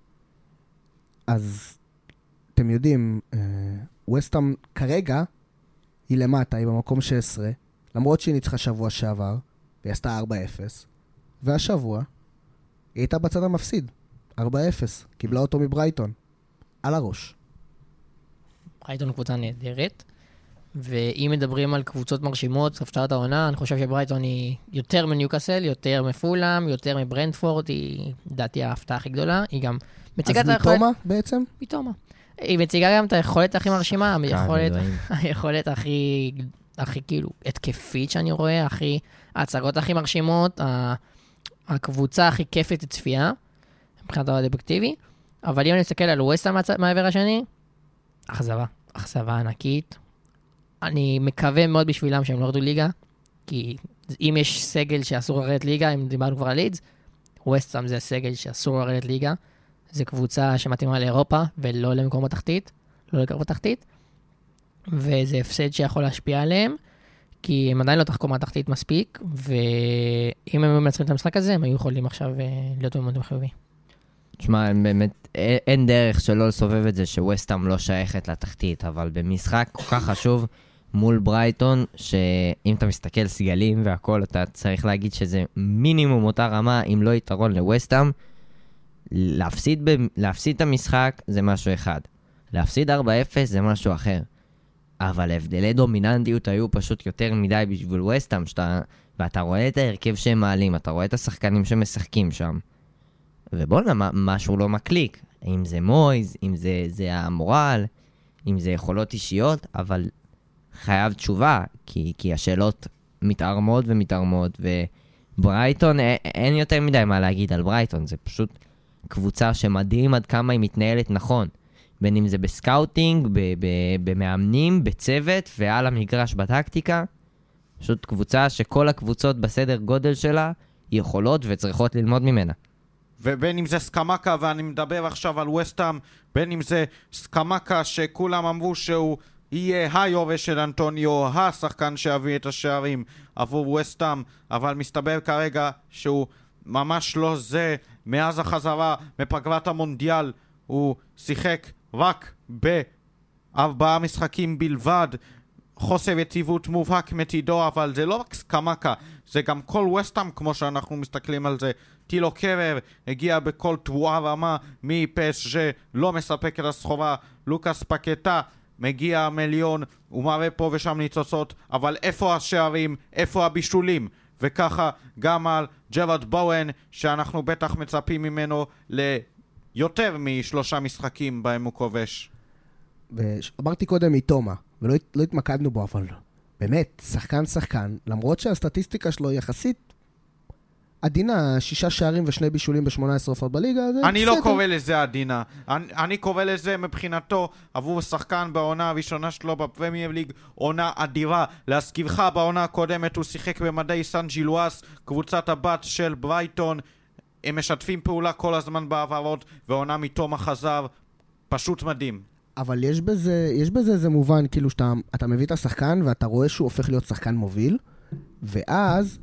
אז אתם יודעים, ווסטהאם כרגע היא למטה, היא במקום 16, למרות שהיא ניצחה שבוע שעבר, והיא עשתה 4-0, והשבוע היא הייתה בצד המפסיד, 4-0, קיבלה אותו מברייטון, על הראש. ברייטון קבוצה נהדרת, ואם מדברים על קבוצות מרשימות, ספצת העונה, אני חושב שברייטון היא יותר מניוקאסל, יותר מפולאם, יותר מברנדפורד, היא דעתי ההפתעה הכי גדולה, היא גם מציגה את היכולת... אז מתומה בעצם? מתומה. היא מציגה גם את היכולת הכי מרשימה, היכולת הכי כאילו התקפית שאני רואה, ההצגות הכי מרשימות, הקבוצה הכי כיפת לצפייה, מבחינת האובייקטיבי, אבל אם אני מסתכל על ווסטהאם מהעבר השני, אכזבה ענקית. אני מקווה מאוד בשבילם שהם לא ירדו ליגה, כי אם יש סגל שאסור לרדת ליגה, אם דיברנו כבר על לידס, ווסטהאם זה סגל שאסור לרדת ליגה, זה קבוצה שמתאימה לאירופה ולא למקום התחתית, לא לקרב התחתית, וזה הפסד שיכול להשפיע עליהם, כי הם עדיין לא תחקו מהתחתית מספיק, ואם הם מנצחים את המשחק הזה, הם היו יכולים עכשיו להיות במועמדים חיובי. תשמע, באמת, אין דרך שלא לסובב את זה שווסטהאם לא שייכת לתחתית, אבל במשחק כל כך חשוב מול ברייטון, שאם אתה מסתכל סגלים והכל, אתה צריך להגיד שזה מינימום אותה רמה, אם לא יתרון לווסטהאם. להפסיד את המשחק זה משהו אחד. להפסיד 4-0 זה משהו אחר. אבל הבדלי דומיננטיות היו פשוט יותר מדי בשביל ווסטהאם, ואתה רואה את ההרכב שהם מעלים, אתה רואה את השחקנים שמשחקים שם. ובואו משהו לא מקליק. אם זה מויז, אם זה המורל, אם זה יכולות אישיות, אבל חייב תשובה, כי השאלות מתארמות ומתארמות, וברייטון, אין יותר מדי מה להגיד על ברייטון, זה פשוט קבוצה שמדהים עד כמה היא מתנהלת נכון. בין אם זה בסקאוטינג, במאמנים, בצוות, ועל המגרש בטקטיקה. פשוט קבוצה שכל הקבוצות בסדר גודל שלה יכולות וצריכות ללמוד ממנה. ובין אם זה סקמקה, ואני מדבר עכשיו על ווסטהאם, בין אם זה סקמקה שכולם אמרו שהוא יהיה היורש של אנטוניו, השחקן שהביא את השערים עבור ווסטהאם, אבל מסתבר כרגע שהוא ממש לא זה. מאז החזרה מפגרת המונדיאל הוא שיחק רק ב4 משחקים בלבד, חוסר יציבות מובהק מצידו, אבל זה לא רק סקמקה, זה גם כל ווסטהאם כמו שאנחנו מסתכלים על זה. טילו קרר הגיע בכל תבואה רמה מפסג' לא מספק את הסחורה. לוקאס פקטה מגיע מיליון, הוא מראה פה ושם ניצוצות, אבל איפה השערים, איפה הבישולים? וככה גם על ג'רד בואן, שאנחנו בטח מצפים ממנו ליותר מ3 משחקים בהם הוא כובש. אמרתי קודם מתומה, ולא התמקדנו בו, אבל באמת, שחקן, למרות שהסטטיסטיקה שלו יחסית עדינה, 6 שערים ו2 בישולים ב18 הופעות בליגה, אני לא קורא לזה עדינה. אני קורא לזה מבחינתו עבור שחקן בעונה הראשונה שלו בפרמייר ליג, עונה אדירה. להזכירך, בעונה הקודמת הוא שיחק במדי סן ג'ילואס, קבוצת הבת של ברייטון. הם משתפים פעולה כל הזמן בעברות, ועונה מתום החזר, פשוט מדהים. אבל יש בזה איזה מובן, כאילו שאתה מביא את השחקן ואתה רואה שהוא הופך להיות שחקן מוביל, ואז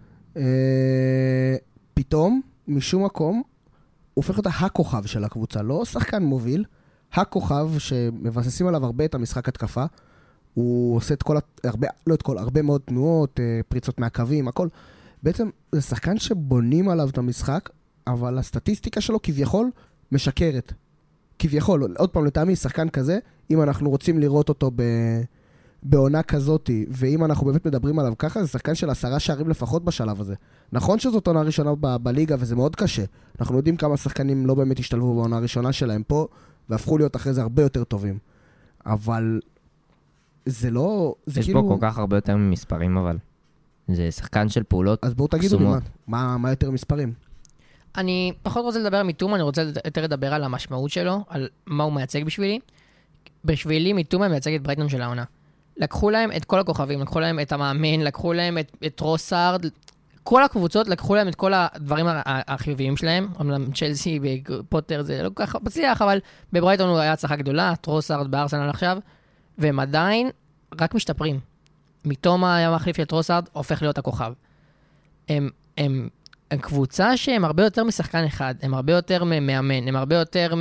פתאום, משום מקום, הוא הופך להיות הכוכב של הקבוצה, לא שחקן מוביל, הכוכב שמבססים עליו הרבה את המשחק התקפה, הוא עושה הרבה מאוד תנועות, פריצות מהקווים, הכל. בעצם זה שחקן שבונים עליו את המשחק, אבל הסטטיסטיקה שלו כביכול משקרת. כביכול, עוד פעם לטעמי, שחקן כזה, אם אנחנו רוצים לראות אותו בעונה כזאת, ואם אנחנו באמת מדברים עליו ככה, זה שחקן של 10 שערים לפחות בשלב הזה. נכון שזאת עונה ראשונה בליגה, וזה מאוד קשה. אנחנו יודעים כמה שחקנים לא באמת השתלבו בעונה הראשונה שלהם פה, והפכו להיות אחרי זה הרבה יותר טובים. אבל זה לא... זה יש כאילו... פה כל כך הרבה יותר ממספרים, אבל זה שחקן של פעולות אז בואו תגידו לי מה יותר מספרים. אני פחות רוצה לדבר על מיתומה, אני רוצה יותר לדבר על המשמעות שלו, על מה הוא מייצג בשבילי. בשבילי מיתומה מייצג את ברייטון של העונה. לקחו להם את כל הכוכבים, לקחו להם את המאמן, לקחו להם את רוסארד, כל הקבוצות לקחו להם את כל הדברים החיוביים שלהם, אומנם צ'לסי ופוטר זה לא כל כך מצליח, אבל בברייטון הוא היה הצלחה גדולה, טרוסארד בארסנל עכשיו, והם עדיין רק משתפרים. מתומה היה מחליף של טרוסארד, הופך להיות הכוכב. הם קבוצה שהם הרבה יותר משחקן אחד, הם הרבה יותר מאמן, הם הרבה יותר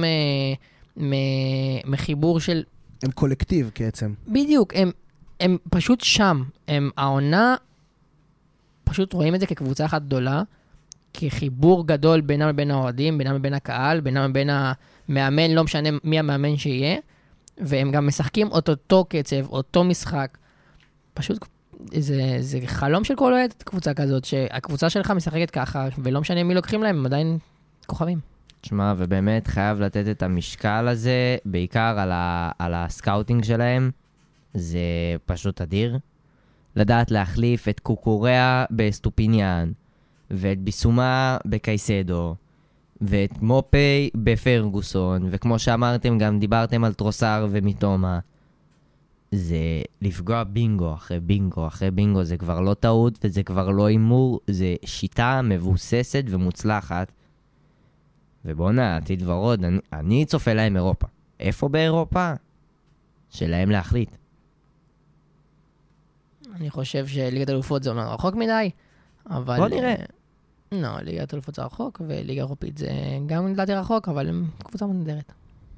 מחיבור של... הם קולקטיב בעצם. בדיוק, הם פשוט שם. העונה, פשוט רואים את זה כקבוצה אחת גדולה, כחיבור גדול בינם לבין האוהדים, בינם לבין הקהל, בינם לבין המאמן, לא משנה מי המאמן שיהיה, והם גם משחקים אותו קצב, אותו משחק. פשוט זה חלום של כל אוהד, קבוצה כזאת, שהקבוצה שלך משחקת ככה, ולא משנה מי לוקחים להם, הם עדיין כוכבים. תשמע, ובאמת חייב לתת את המשקל הזה, בעיקר על הסקאוטינג שלהם. זה פשוט אדיר. לדעת להחליף את קוקוריאה בסטופיניאן, ואת ביסומה בקייסדו, ואת מופי בפרגוסון, וכמו שאמרתם, גם דיברתם על טרוסאר ומיטומה. זה לפגוע בינגו אחרי בינגו אחרי בינגו, זה כבר לא טעות וזה כבר לא אימור, זה שיטה מבוססת ומוצלחת. ובואו עתיד ורוד, אני צופה להם אירופה. איפה באירופה? שלהם להחליט. אני חושב שליגת אלופות זה אומנם רחוק מדי, אבל... בוא נראה. לא, ליגת אלופות זה רחוק, וליגה אירופית זה גם לדעתי רחוק, אבל הם קבוצה מנדרת.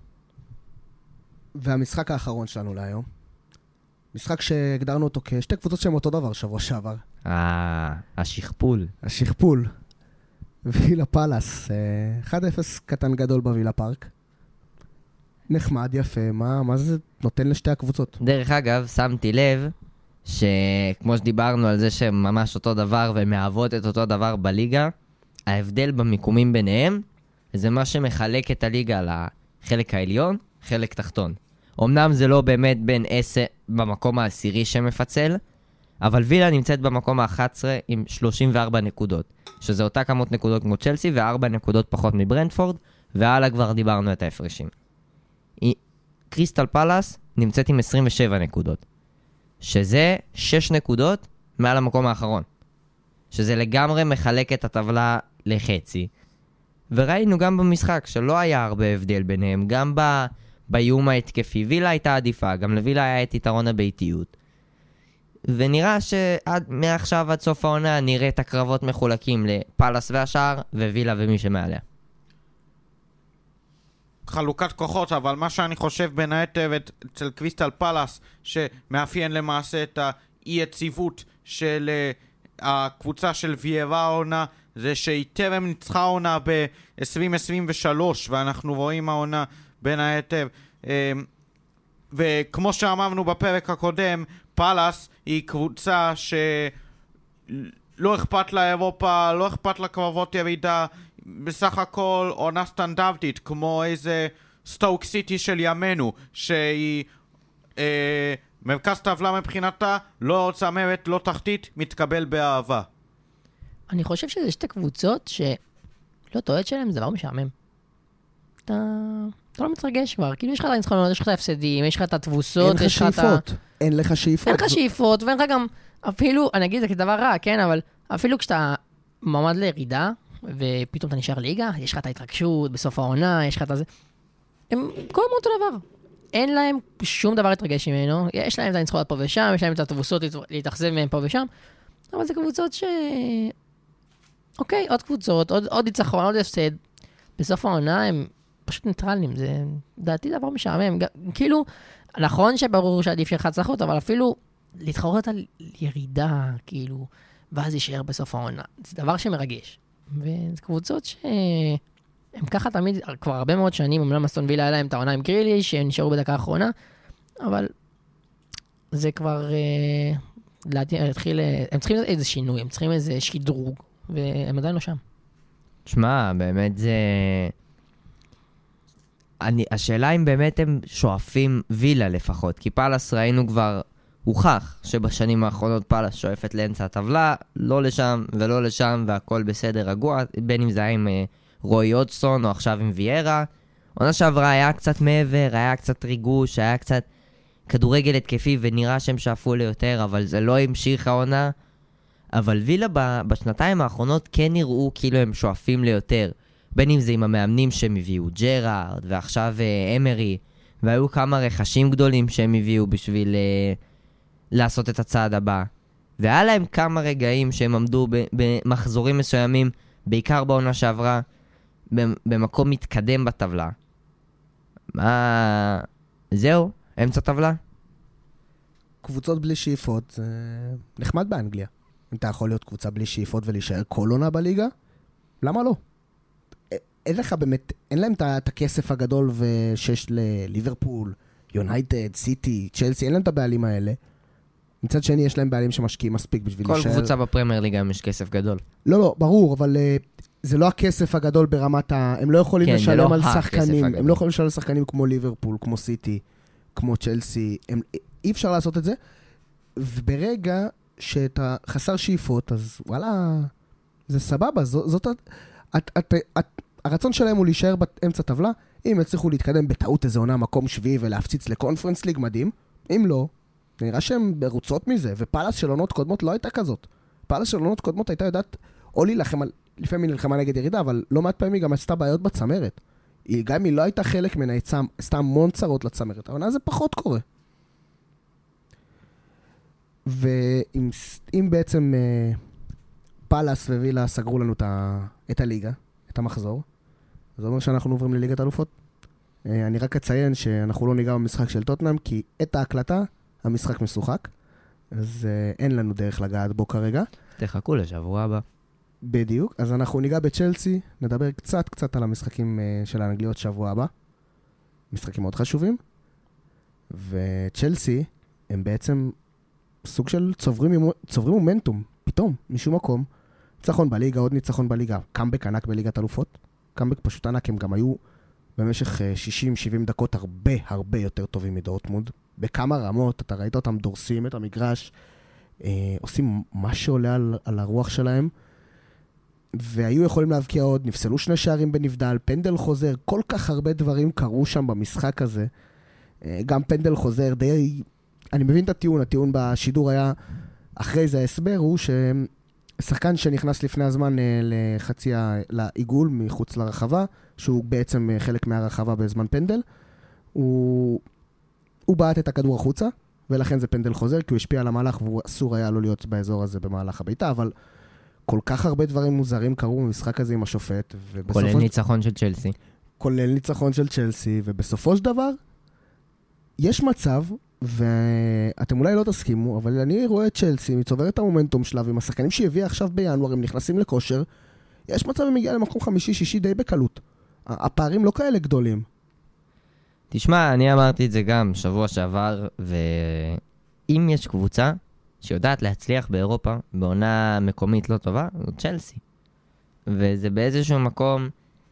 והמשחק האחרון שלנו להיום, משחק שהגדרנו אותו כשתי קבוצות שהן אותו דבר שבוע שעבר. השכפול. השכפול. וילה פלאס, 1-0 קטן גדול בווילה פארק. נחמד, יפה, מה זה נותן לשתי הקבוצות? דרך אגב, שמתי לב שכמו שדיברנו על זה שהם ממש אותו דבר ומעבות את אותו דבר בליגה, ההבדל במיקומים ביניהם זה מה שמחלק את הליגה לחלק העליון, חלק תחתון. אמנם זה לא באמת בין 10 במקום העשירי שמפצל, אבל וילה נמצאת במקום ה-11 עם 34 נקודות, שזה אותה כמות נקודות כמו צ'לסי ו4 נקודות פחות מברנדפורד, והלאה כבר דיברנו את ההפרשים. קריסטל פלאס נמצאת עם 27 נקודות, שזה 6 נקודות מעל המקום האחרון, שזה לגמרי מחלק את הטבלה לחצי. וראינו גם במשחק שלא היה הרבה הבדל ביניהם, גם באיום ההתקפי. וילה הייתה עדיפה, גם לווילה היה את יתרון הביתיות. ונראה שמעכשיו עד סוף העונה נראה את הקרבות מחולקים לפלאס והשאר, ווילה ומי שמעליה. חלוקת כוחות, אבל מה שאני חושב בין היתר אצל קריסטל פלאס, שמאפיין למעשה את האי-יציבות של הקבוצה של ויירה העונה, זה שהיא טרם ניצחה העונה ב-2023, ואנחנו רואים העונה בין היתר. וכמו שאמרנו בפרק הקודם, פלאס היא קבוצה שלא אכפת לה אירופה, לא אכפת לה קרבות ירידה, בסך הכל עונה סטנדרטית, כמו איזה סטוק סיטי של ימינו, שהיא מרכז טבלה מבחינתה, לא צמרת, לא תחתית, מתקבל באהבה. אני חושב שזה שתי קבוצות שלא טועת שלהם, זה דבר משעמם. אתה לא מתרגש כבר, כאילו יש לך את הניצחונות, יש לך את ההפסדים, יש לך את התבוסות, יש לך את שאיפות. אין לך שאיפות. אין לך שאיפות, ואין לך גם, אפילו, אני אגיד את זה כדבר רע, כן, אבל אפילו כשאתה מועמד לירידה, ופתאום אתה נשאר ליגה, יש לך את ההתרגשות בסוף העונה, יש לך את הזה. הם כל הזמן אותו דבר. אין להם שום דבר להתרגש ממנו, יש להם את הניצחונות פה ושם, יש להם את התבוסות להתאכזב מהם פה ושם, אבל זה קבוצות אוקיי, עוד קבוצות, עוד ניצחון, עוד הפסד. בסוף העונה הם פשוט ניטרליים, זה דעתי דבר משעמם. כאילו, נכון שברור שעדיף שלך צחות, אבל אפילו להתחרות על ירידה, כאילו, ואז יישאר בסוף העונה. זה דבר שמרגש. וזה קבוצות הם ככה תמיד, כבר הרבה מאוד שנים, אומנם אסטון וילה היה להם את העונה עם גרילי, שהם נשארו בדקה האחרונה, אבל זה כבר, הם צריכים איזה שינוי, הם צריכים איזה שדרוג, והם עדיין לא שם. תשמע, באמת זה... השאלה אם באמת הם שואפים וילה לפחות, כי פלאס ראינו כבר הוכח שבשנים האחרונות פלאס שואפת לאמצע הטבלה, לא לשם ולא לשם, והכל בסדר רגוע, בין אם זה היה עם רוי הודסון או עכשיו עם ויירה. עונה שעברה היה קצת מעבר, היה קצת ריגוש, היה קצת כדורגל התקפי ונראה שהם שאפו ליותר, אבל זה לא המשיך העונה. אבל וילה בשנתיים האחרונות כן נראו כאילו הם שואפים ליותר. בין אם זה עם המאמנים שהם הביאו, ג'רארד, ועכשיו אמרי, והיו כמה רכשים גדולים שהם הביאו בשביל לעשות את הצעד הבא. והיה להם כמה רגעים שהם עמדו במחזורים מסוימים, בעיקר בעונה שעברה, במקום מתקדם בטבלה. מה... זהו, אמצע טבלה. קבוצות בלי שאיפות, זה נחמד באנגליה. אם אתה יכול להיות קבוצה בלי שאיפות ולהישאר כל עונה בליגה, למה לא? אין לך באמת, אין להם את הכסף הגדול שיש לליברפול, יונייטד, סיטי, צ'לסי, אין להם את הבעלים האלה. מצד שני, יש להם בעלים שמשקיעים מספיק בשביל כל להישאר... כל קבוצה בפרמייר ליגה יש כסף גדול. לא, ברור, אבל זה לא הכסף הגדול ברמת ה... הם לא יכולים כן, לשלם לא על שחקנים. הגדול. הם לא יכולים לשלם על שחקנים כמו ליברפול, כמו סיטי, כמו צ'לסי. אי אפשר לעשות את זה. וברגע שאתה חסר שאיפות, אז וואלה, זה סבבה. הרצון שלהם הוא להישאר באמצע טבלה. אם יצליחו להתקדם בטעות איזה עונה מקום שביעי ולהפציץ לקונפרנס ליג מדהים, אם לא, נראה שהם ברוצות מזה, ופלס של עונות קודמות לא הייתה כזאת. פלס של עונות קודמות הייתה יודעת או להילחם על... לפעמים היא נלחמה נגד ירידה, אבל לא מעט פעמים היא גם עשתה בעיות בצמרת. גם אם היא לא הייתה חלק ממנה, היא עשתה המון צרות לצמרת. העונה זה פחות קורה. ואם בעצם פלס ווילה סגרו לנו את הליגה, את המחזור, זה אומר שאנחנו עוברים לליגת אלופות. אני רק אציין שאנחנו לא ניגע במשחק של טוטנהאם, כי את ההקלטה המשחק משוחק, אז אין לנו דרך לגעת בו כרגע. תחכו לשבוע הבא. בדיוק, אז אנחנו ניגע בצ'לסי, נדבר קצת על המשחקים של האנגליות שבוע הבא. משחקים מאוד חשובים. וצ'לסי הם בעצם סוג של צוברים מומנטום, פתאום, משום מקום. ניצחון בליגה, עוד ניצחון בליגה, קאמבק ענק בליגת אלופות. קאמבק פשוט ענק, הם גם היו במשך 60-70 דקות הרבה יותר טובים מדורטמונד. בכמה רמות, אתה ראית אותם דורסים את המגרש, עושים מה שעולה על הרוח שלהם, והיו יכולים להבקיע עוד, נפסלו 2 שערים בנבדל, פנדל חוזר, כל כך הרבה דברים קרו שם במשחק הזה. גם פנדל חוזר, אני מבין את הטיעון בשידור היה, אחרי זה ההסבר הוא ששחקן שנכנס לפני הזמן לעיגול מחוץ לרחבה, שהוא בעצם חלק מהרחבה בזמן פנדל, הוא בעט את הכדור החוצה, ולכן זה פנדל חוזר, כי הוא השפיע על המהלך, והוא אסור היה לא להיות באזור הזה במהלך הביתה, אבל כל כך הרבה דברים מוזרים קרו במשחק הזה עם השופט. כולל ניצחון של צ'לסי. כולל ניצחון של צ'לסי, ובסופו של דבר, יש מצב, ואתם אולי לא תסכימו, אבל אני רואה את צ'לסי, מצובר את המומנטום שלה, ועם השחקנים שהביאה עכשיו בינואר, הם נכנסים לכושר, יש מצב הם מגיעים למקום 5-6 די בקלות. הפערים לא כאלה גדולים. תשמע, אני אמרתי את זה גם שבוע שעבר, ואם יש קבוצה שיודעת להצליח באירופה, בעונה מקומית לא טובה, זו צ'לסי. וזה באיזשהו מקום,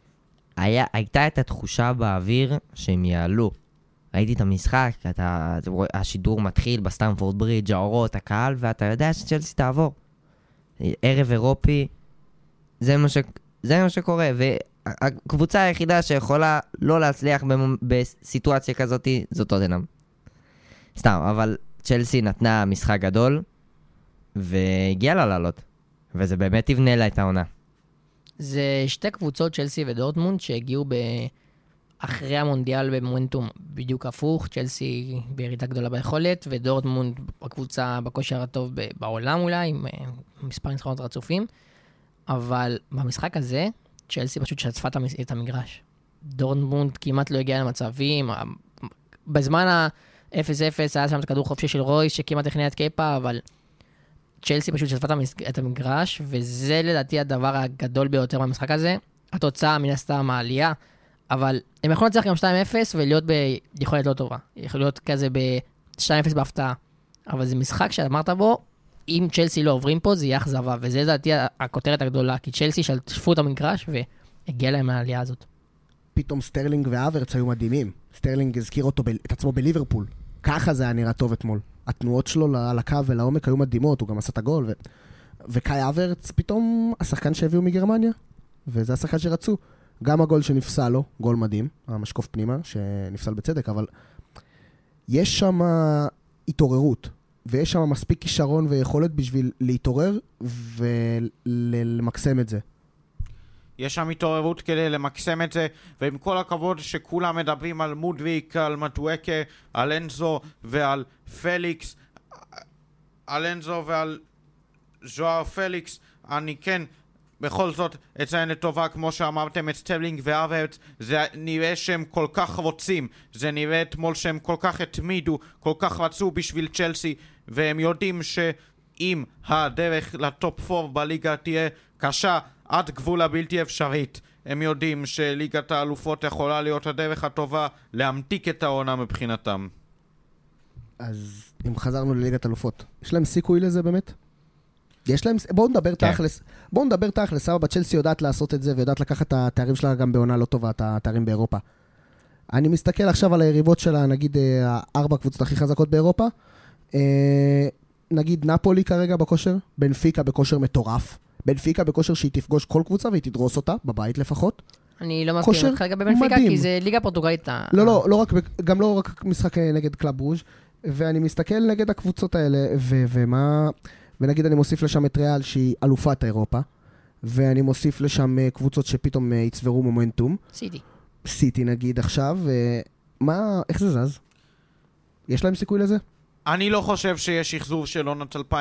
הייתה את התחושה באוויר שהם יעלו. ראיתי את המשחק, השידור מתחיל בסטמפורד ברידג', האורות, הקהל, ואתה יודע שצ'לסי תעבור. ערב אירופי, זה מה שקורה, והקבוצה היחידה שיכולה לא להצליח בסיטואציה כזאת, זו טוטנהאם. סתם, אבל צ'לסי נתנה משחק גדול, והגיעה לה לעלות, וזה באמת יבנה לה את העונה. זה 2 קבוצות, צ'לסי ודורטמונד, שהגיעו אחרי המונדיאל במומנטום בדיוק הפוך, צ'לסי בירידה גדולה ביכולת, ודורטמונד בקבוצה בכושר הטוב בעולם אולי, עם מספר ניצחונות רצופים, אבל במשחק הזה, צ'לסי פשוט שטפה את המגרש. דורטמונד כמעט לא הגיע למצבים, בזמן ה-0-0 היה שם את הכדור חופשי של רויס, שכמעט הכניע את קייפה, אבל צ'לסי פשוט שטפה את המגרש, וזה לדעתי הדבר הגדול ביותר במשחק הזה. התוצאה מן הסתם העלייה, אבל הם יכולים לצליח גם 2-0 ולהיות ביכולת לא טובה. יכול להיות כזה ב-2-0 בהפתעה. אבל זה משחק שאמרת בו, אם צ'לסי לא עוברים פה, זה יהיה אכזבה. וזה לדעתי הכותרת הגדולה, כי צ'לסי שטפו את המגרש והגיע להם העלייה הזאת. פתאום סטרלינג והאברץ היו מדהימים. סטרלינג הזכיר את עצמו בליברפול. ככה זה היה נראה טוב אתמול. התנועות שלו על הקו ולעומק היו מדהימות, הוא גם עשה את הגול. וקאי אברץ פתאום השחקן שהביאו מגרמניה. וזה השחקן שרצו. גם הגול שנפסל לו, גול מדהים, המשקוף פנימה, שנפסל בצדק, אבל יש שם התעוררות. ויש שם מספיק כישרון ויכולת בשביל להתעורר ולמקסם את זה. יש שם התעוררות כדי למקסם את זה, ועם כל הכבוד שכולם מדברים על מודוויק, על מדואקה, על אנזו ועל פליקס, על אנזו ועל ז'ואר פליקס, אני כן בכל זאת אציין לטובה, כמו שאמרתם, את סטרלינג והוורץ. זה נראה שהם כל כך רוצים, זה נראה אתמול שהם כל כך התמידו, כל כך רצו בשביל צ'לסי, והם יודעים שאם הדרך לטופ 4 בליגה תהיה קשה עד גבול הבלתי אפשרית, הם יודעים שליגת האלופות יכולה להיות הדרך הטובה להמתיק את העונה מבחינתם. אז אם חזרנו לליגת האלופות, יש להם סיכוי לזה באמת? יש להם, בואו נדבר תכלס, סבבה, צ'לסי יודעת לעשות את זה, ויודעת לקחת את התארים שלה גם בעונה לא טובה, את התארים באירופה. אני מסתכל עכשיו על היריבות שלה, נגיד 4 קבוצות הכי חזקות באירופה, נגיד נפולי כרגע בכושר, בנפיקה בכושר מטורף, בנפיקה בכושר שהיא תפגוש כל קבוצה והיא תדרוס אותה, בבית לפחות. אני לא מסכים כרגע בבנפיקה, כי זה ליגה פורטוגלית. גם לא רק משחק נגד קלאב רוז', ואני מסתכל נגד הקבוצות האלה, ונגיד אני מוסיף לשם את ריאל שהיא אלופת אירופה, ואני מוסיף לשם קבוצות שפתאום יצברו מומנטום. סיטי נגיד עכשיו, איך זה זז? יש להם סיכוי לזה? אני לא חושב שיש שחזור של עונת 2011-2012,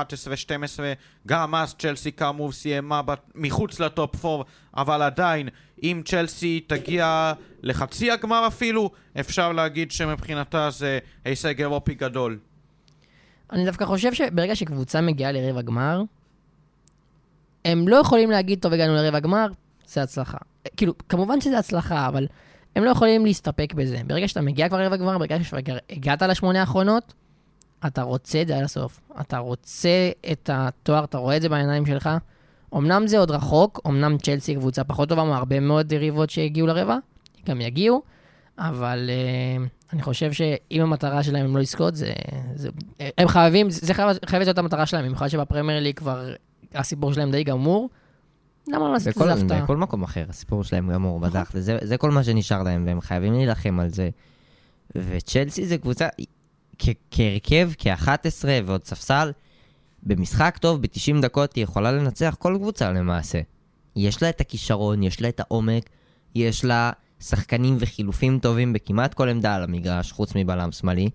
גם אז צ'לסי כאמור סיימה מחוץ לטופ 4, אבל עדיין, אם צ'לסי תגיע לחצי הגמר אפילו, אפשר להגיד שמבחינתה זה הישג אירופי גדול. אני דווקא חושב שברגע שקבוצה מגיעה לרבע גמר, הם לא יכולים להגיד, טוב, הגענו לרבע גמר, זה הצלחה. כאילו, כמובן שזה הצלחה, אבל הם לא יכולים להסתפק בזה. ברגע שאתה מגיע כבר לרבע גמר, ברגע שהגעת ל8 האחרונות, אתה רוצה את זה עד הסוף. אתה רוצה את התואר, אתה רואה את זה בעיניים שלך. אמנם זה עוד רחוק, אמנם צ'לסי קבוצה פחות טובה, מהרבה מאוד יריבות שהגיעו לרבע, גם יגיעו, אבל אני חושב שאם המטרה שלהם הם לא לזכות, הם חייבים, זה חייבת להיות המטרה שלהם, במיוחד שבפרמייר ליג כבר הסיפור שלהם די גמור. למה לא לעשות את זה הפתעה? בכל מקום אחר, הסיפור שלהם גמור, בדרך. זה כל מה שנשאר להם, והם חייבים להילחם על זה. וצ'לסי זה קבוצה, כהרכב, כ-11 ועוד ספסל, במשחק טוב, ב-90 דקות, היא יכולה לנצח כל קבוצה למעשה. יש לה את הכישרון, יש לה את העומק, יש לה שחקנים וחילופים טובים בכמעט כל עמדה על המגרש, חוץ מבלם שמאלי,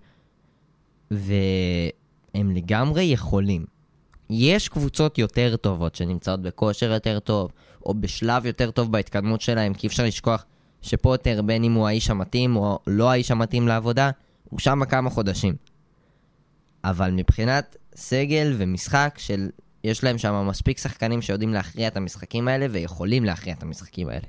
והם לגמרי יכולים. יש קבוצות יותר טובות שנמצאות בכושר יותר טוב, או בשלב יותר טוב בהתקדמות שלהם, כי אפשר לשכוח שפוטר, בין אם הוא האיש המתאים או לא האיש המתאים לעבודה, הוא שם כמה חודשים. אבל מבחינת סגל ומשחק יש להם שם מספיק שחקנים שיודעים להכריע את המשחקים האלה, ויכולים להכריע את המשחקים האלה.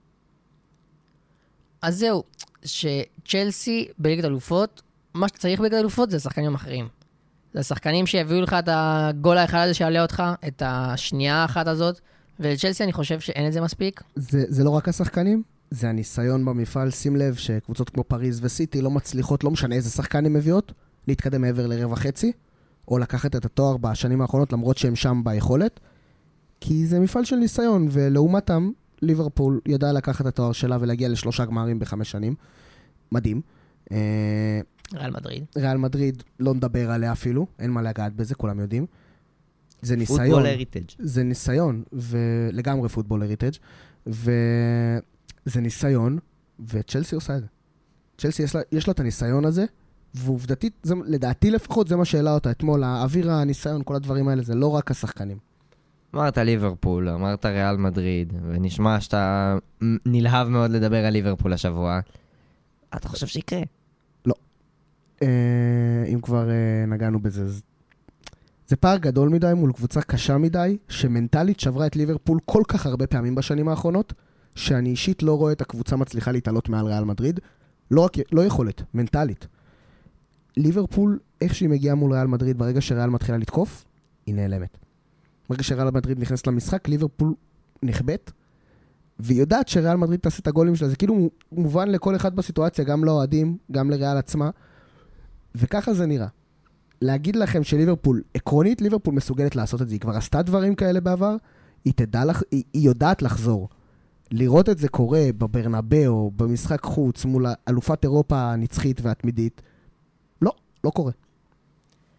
אז זהו, שצ'לסי בליגת אלופות, מה שצריך בליגת אלופות זה השחקנים אחרים. זה השחקנים שיביאו לך את הגול האחד הזה שיעלה אותך, את השנייה האחת הזאת, ולצ'לסי אני חושב שאין את זה מספיק. זה לא רק השחקנים, זה הניסיון במפעל. שים לב שקבוצות כמו פריז וסיטי לא מצליחות, לא משנה איזה שחקן הם מביאות, להתקדם מעבר לרבע חצי, או לקחת את התואר בשנים האחרונות, למרות שהם שם ביכולת, כי זה מפעל של ניסיון, ולעומתם, ליברפול ידעה לקחת את התואר שלה ולהגיע ל3 גמרים ב5 שנים. מדהים. ריאל מדריד, לא נדבר עליה אפילו, אין מה לגעת בזה, כולם יודעים. זה ניסיון. פוטבול הריטג'. זה ניסיון, ולגמרי פוטבול הריטג', וזה ניסיון, וצ'לסי עושה את זה. צ'לסי יש לה את הניסיון הזה, ועובדתית, לדעתי לפחות, זה מה שאלה אותה אתמול, האוויר, הניסיון, כל הדברים האלה, זה לא רק השחקנים. אמרת ליברפול, אמרת ריאל מדריד, ונשמע שאתה נלהב מאוד לדבר על ליברפול השבוע. אתה חושב שיקרה? לא. אם כבר נגענו בזה, זה פער גדול מדי מול קבוצה קשה מדי, שמנטלית שברה את ליברפול כל כך הרבה פעמים בשנים האחרונות, שאני אישית לא רואה את הקבוצה מצליחה להתעלות מעל ריאל מדריד, לא יכולת, מנטלית. ליברפול, איך שהיא מגיעה מול ריאל מדריד, ברגע שריאל מתחילה לתקוף, היא נעלמת. ברגע שריאל מדריד נכנס למשחק, ליברפול נחבט, והיא יודעת שריאל מדריד תעשה את הגולים שלה. זה כאילו מובן לכל אחד בסיטואציה, גם לאוהדים, גם לריאל עצמה, וככה זה נראה. להגיד לכם שליברפול, עקרונית ליברפול מסוגלת לעשות את זה, היא כבר עשתה דברים כאלה בעבר, היא יודעת לחזור. לראות את זה קורה בברנבאו, במשחק חוץ, מול אלופת אירופה הנצחית והתמידית, לא קורה.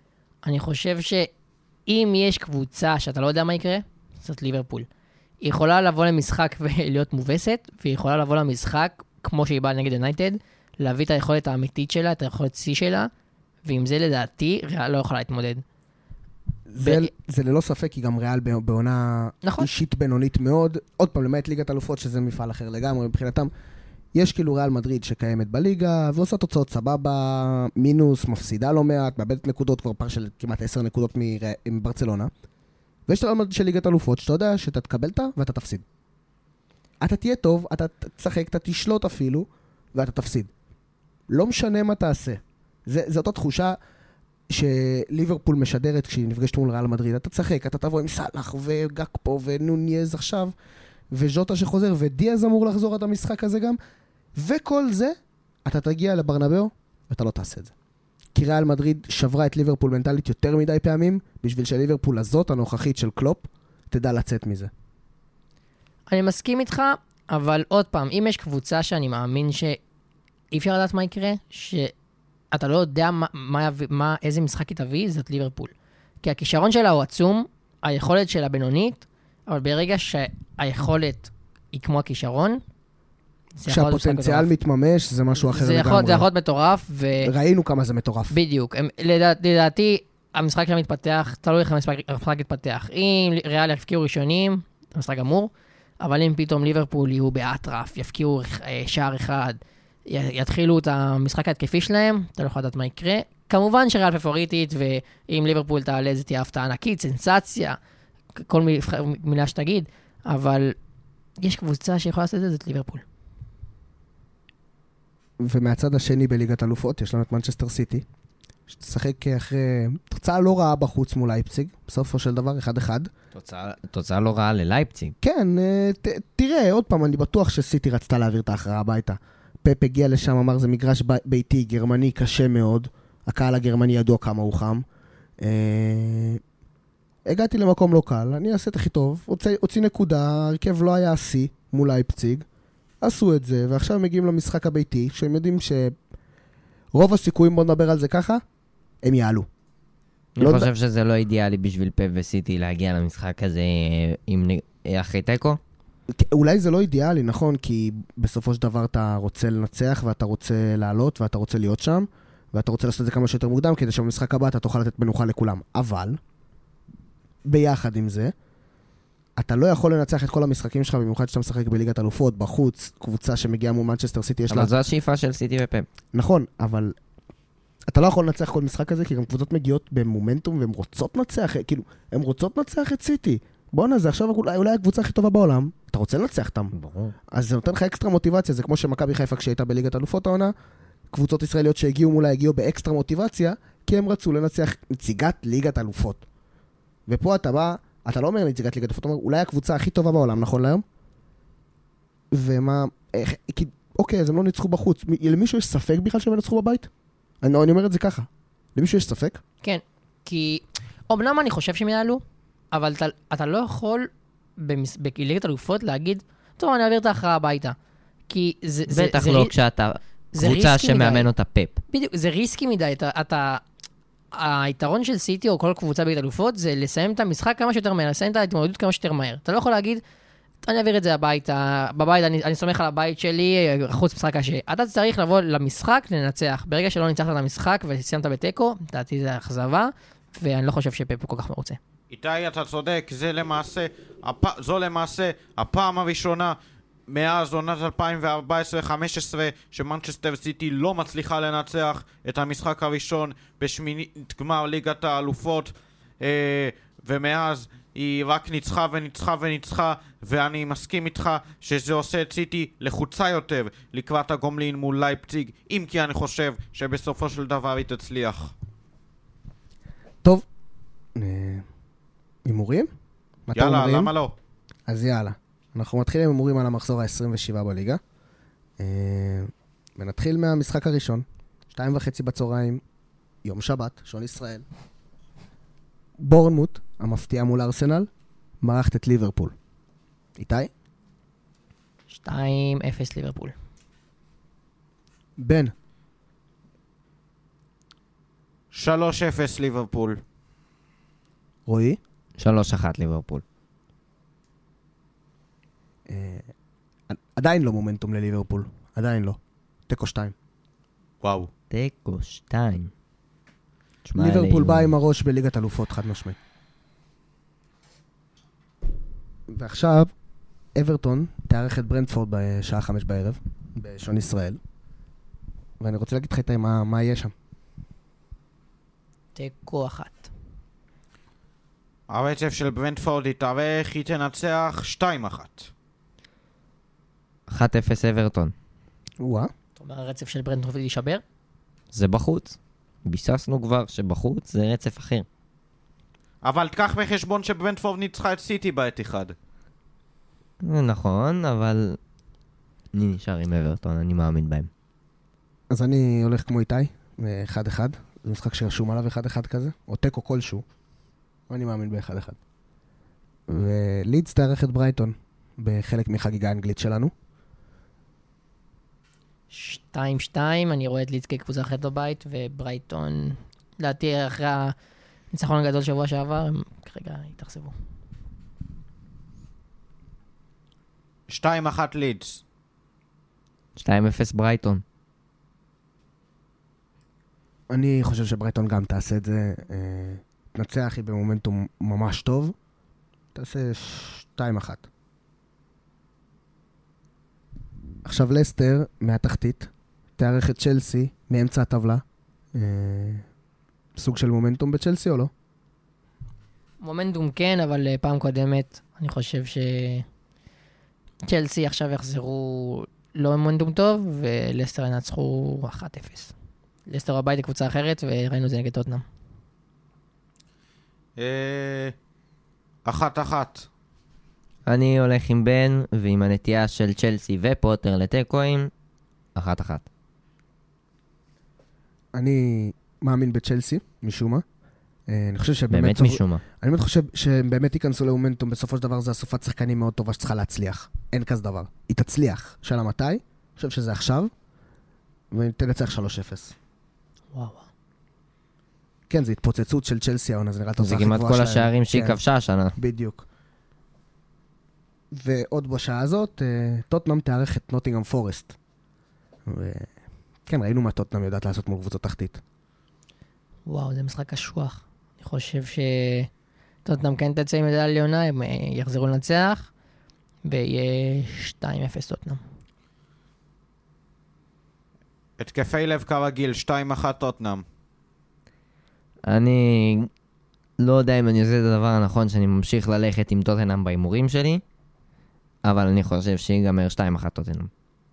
אני חושב שאם יש קבוצה שאתה לא יודע מה יקרה, זאת ליברפול. היא יכולה לבוא למשחק ולהיות מובסת, והיא יכולה לבוא למשחק, כמו שהיא באה נגד יונייטד, להביא את היכולת האמיתית שלה, את היכולת C שלה, ועם זה לדעתי, ריאל לא יכולה להתמודד. זה ללא ספק, היא גם ריאל בעונה אישית בינונית מאוד. עוד פעם, למעט ליגת אלופות, שזה מפעל אחר לגמרי, מבחינתם, יש כאילו ריאל מדריד שקיימת בליגה, ועושה תוצאות סבבה, מינוס, מפסידה לא מעט, מאבדת נקודות, כבר פער של כמעט 10 נקודות מברצלונה. ויש את ריאל מדריד של ליגת אלופות, שאתה יודע שאתה תקבל אותה ואתה תפסיד. אתה תהיה טוב, אתה תשחק, אתה תשלוט אפילו, ואתה תפסיד. לא משנה מה תעשה. זו אותה תחושה שליברפול משדרת כשהיא נפגשת מול ריאל מדריד. אתה תשחק, אתה תבוא עם סלאח וגקפו ונוניז עכשיו, וז'וטה שחוזר, ודיאז אמור לחזור את המשחק הזה גם. וכל זה, אתה תגיע לברנבאו, ואתה לא תעשה את זה. כי ריאל מדריד שברה את ליברפול מנטלית יותר מדי פעמים, בשביל שליברפול הזאת, הנוכחית של קלופ, תדע לצאת מזה. אני מסכים איתך, אבל עוד פעם, אם יש קבוצה שאני מאמין שאי אפשר לדעת מה יקרה, שאתה לא יודע איזה משחק היא תביא, זאת ליברפול. כי הכישרון שלה הוא עצום, היכולת שלה בינונית, אבל ברגע שהיכולת היא כמו הכישרון, כשהפוטנציאל מתממש, זה משהו אחר לגמרי. זה יכול להיות מטורף. ראינו כמה זה מטורף. בדיוק. לדעתי, המשחק שלה מתפתח, תלוי איך המשחק יתפתח. אם ריאל יפקיעו ראשונים, המשחק גמור, אבל אם פתאום ליברפול יהיו באטרף, יפקיעו שער אחד, יתחילו את המשחק ההתקפי שלהם, אתה לא יכול לדעת מה יקרה. כמובן שריאל פפוריטית, ואם ליברפול תעלה, זה תהיה הפתעה ענקית, סנסציה, כל מילה שתגיד, אבל יש קבוצה שיכולה לעשות את זה, זאת ליברפול. ומהצד השני בליגת אלופות, יש לנו את מנצ'סטר סיטי, שתשחק אחרי תוצאה לא רעה בחוץ מול לייפציג, בסופו של דבר 1-1. תוצאה לא רעה ללייפציג. כן, תראה, עוד פעם, אני בטוח שסיטי רצתה להעביר את ההכרעה הביתה. פפ הגיע לשם, אמר, זה מגרש ביתי, גרמני קשה מאוד, הקהל הגרמני ידוע כמה הוא חם. הגעתי למקום לא קל, אני אעשה את הכי טוב, הוציא נקודה, הרכב לא היה עשי מול לייפציג, עשו את זה, ועכשיו מגיעים למשחק הביתי, שהם יודעים שרוב הסיכויים, בוא נדבר על זה ככה, הם יעלו. אני חושב שזה לא אידיאלי בשביל פפ וסיטי להגיע למשחק הזה אחרי טקו. אולי זה לא אידיאלי, נכון, כי בסופו של דבר אתה רוצה לנצח, ואתה רוצה לעלות, ואתה רוצה להיות שם, ואתה רוצה לעשות את זה כמה שיותר מוקדם, כדי שבמשחק הבא אתה תוכל לתת מנוחה לכולם. אבל, ביחד עם זה, אתה לא יכול לנצח את כל המשחקים שלך, במיוחד שאתה משחק בליגת אלופות, בחוץ, קבוצה שמגיעה מול מנצ'סטר סיטי, יש לה... אבל זו השאיפה של סיטי ופפ. נכון, אבל אתה לא יכול לנצח כל משחק הזה, כי גם קבוצות מגיעות במומנטום, והן רוצות לנצח, כאילו, הן רוצות לנצח את סיטי. בוא'נה, זה עכשיו אולי הקבוצה הכי טובה בעולם, אתה רוצה לנצח אותם. ברור. אז זה נותן לך אקסטרה מוטיבציה, זה כמו שמכבי חיפה כשהייתה בליגת אלופות העונה, קבוצות ישראליות שהגיעו מולה הגיעו באקסטרה מוטיבציה, כי הם רצו לנצח נציגת ליגת אלופות. ופה אתה בא, אתה לא אומר נציגת ליגת אלופות, אתה אומר, אולי הקבוצה הכי טובה בעולם, נכון להיום? ומה, אוקיי, אז הם לא ניצחו בחוץ. למישהו יש ספק בכלל שהם ניצחו בבית? אני אומר את זה ככה. למישהו יש ספק? כן, כי אומנם אני חושב שהם יעלו, אבל אתה לא יכול בליגת אלופות להגיד, טוב, אני אעביר את ההכרעה הביתה. כי זה... בטח לא כשאתה קבוצה שמאמן אותה פפ. בדיוק, זה ריסקי מדי. היתרון של סיטי או כל קבוצה בליגת אלופות זה לסיים את המשחק כמה שיותר מהר, לסיים את ההתמודדות כמה שיותר מהר. אתה לא יכול להגיד, אני אעביר את זה הביתה, בבית אני סומך על הבית שלי, חוץ משחק קשה. אתה צריך לבוא למשחק לנצח. ברגע שלא ניצחת את המשחק וסיימת בטקו, לדעתי זה אכזבה, ואני לא חושב שפפ כל כך מרוצה. איתי, אתה צודק, זו למעשה הפעם הראשונה מאז עונת 2014-2015 שמנצ'סטר סיטי לא מצליחה לנצח את המשחק הראשון בשמינית גמר ליגת האלופות, ומאז היא רק ניצחה וניצחה וניצחה, ואני מסכים איתך שזה עושה את סיטי לחוצה יותר לקראת הגומלין מול לייפציג, אם כי אני חושב שבסופו של דבר היא תצליח. טוב, הימורים? יאללה, למה לא? אז יאללה. אנחנו מתחילים עם הימורים על המחזור ה-27 בליגה. ונתחיל מהמשחק הראשון. 2:30 בצהריים, יום שבת, שעון ישראל. בורנמוט, המפתיע מול ארסנל, מארחת את ליברפול. איתי? 2-0 ליברפול. בן? 3-0 ליברפול. רועי? 3-1 ליברפול. עדיין לא מומנטום לליברפול. עדיין לא. תיקו 2. וואו. תיקו 2. ליברפול בא עם הראש בליגת אלופות, חד משמעית. ועכשיו, אברטון תארח את ברנטפורד בשעה 5 בערב, בשעון ישראל. ואני רוצה להגיד לך איתי מה יהיה שם. תיקו 1. הרצף של ברנטפורד יתארך, היא תנצח 2-1. 1-0 אברטון. וואה. זאת אומרת, הרצף של ברנטפורד יישבר? זה בחוץ. ביססנו כבר שבחוץ זה רצף אחר. אבל תקח בחשבון שברנטפורד ניצחה את סיטי בעת אחד. זה נכון, אבל אני נשאר עם אברטון, אני מאמין בהם. אז אני הולך כמו איתי, 1-1. זה משחק שרשום עליו 1-1 כזה, או תיקו כלשהו. אני מאמין ב-1-1. ולידס תארח את ברייטון, בחלק מחגיגה האנגלית שלנו. 2-2, אני רואה את לידס כקבוצה אחרת בבית, וברייטון, לדעתי אחרי הניצחון הגדול שבוע שעבר, הם כרגע יתאכזבו. 2-1 לידס. 2-0 ברייטון. אני חושב שברייטון גם תעשה את זה. תנצח, היא במומנטום ממש טוב. תעשה 2-1. עכשיו לסטר מהתחתית, תארח את צ'לסי מאמצע הטבלה. סוג של מומנטום בצ'לסי או לא? מומנטום כן, אבל פעם קודמת, אני חושב שצ'לסי עכשיו יחזרו לא מומנטום טוב, ולסטר ינצחו 1-0. לסטר בבית לקבוצה אחרת, וראינו את זה נגד טוטנהאם. 1-1. אני הולך עם בן, ועם הנטייה של צ'לסי ופוטר לתיקואים, 1-1. אני מאמין בצ'לסי, משום מה. אני חושב שבאמת... באמת משום מה. אני באמת חושב שהם באמת ייכנסו למומנטום, בסופו של דבר זה אסופת שחקנים מאוד טובה שצריכה להצליח. אין כזה דבר. היא תצליח. שאלה מתי? אני חושב שזה עכשיו, ותנצח 3-0. וואו. כן, זו התפוצצות של צ'לסי העונה, זה נראה תוצאה זה הכי כמעט גבוהה כל שלהם. השערים שהיא כן, כבשה השנה. בדיוק. ועוד בשעה הזאת, טוטנהאם תארח את נוטינגהאם פורסט. כן, ראינו מה טוטנהאם יודעת לעשות מול קבוצות תחתית. וואו, זה משחק קשוח. אני חושב שטוטנהאם כן תצא עם מדליה לעונה, הם יחזרו לנצח, ויהיה 2-0 טוטנהאם. התקפי לב כרגיל, 2-1 טוטנהאם. אני לא יודע אם אני עושה את הדבר הנכון שאני ממשיך ללכת עם טוטנהאם בהימורים שלי, אבל אני חושב שיגמר 2-1 טוטנהאם.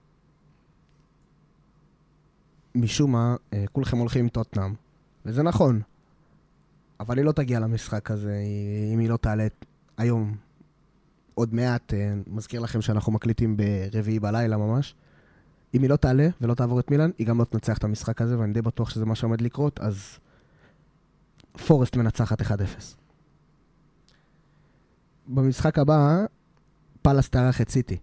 משום מה, כולכם הולכים עם טוטנהאם, וזה נכון. אבל היא לא תגיע למשחק הזה, אם היא לא תעלה היום עוד מעט. מזכיר לכם שאנחנו מקליטים ברביעי בלילה ממש. אם היא לא תעלה ולא תעבור את מילאן, היא גם לא תנצח את המשחק הזה, ואני די בטוח שזה מה שעומד לקרות, אז פורסט מנצחת 1-0. במשחק הבא, פלאס תארח את סיטי.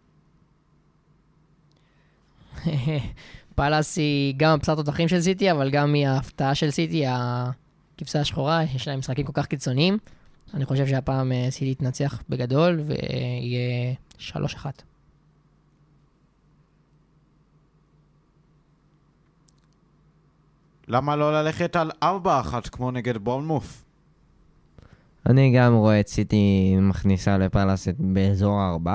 פלאס היא גם הבשר תותחים של סיטי, אבל גם היא ההפתעה של סיטי, הכבשה השחורה, יש להם משחקים כל כך קיצוניים. אני חושב שהפעם סיטי תנצח בגדול, ויהיה 3-1. למה לא ללכת על 4-1 כמו נגד בורנמוף? אני גם רואה את סיטי מכניסה לפלאס באזור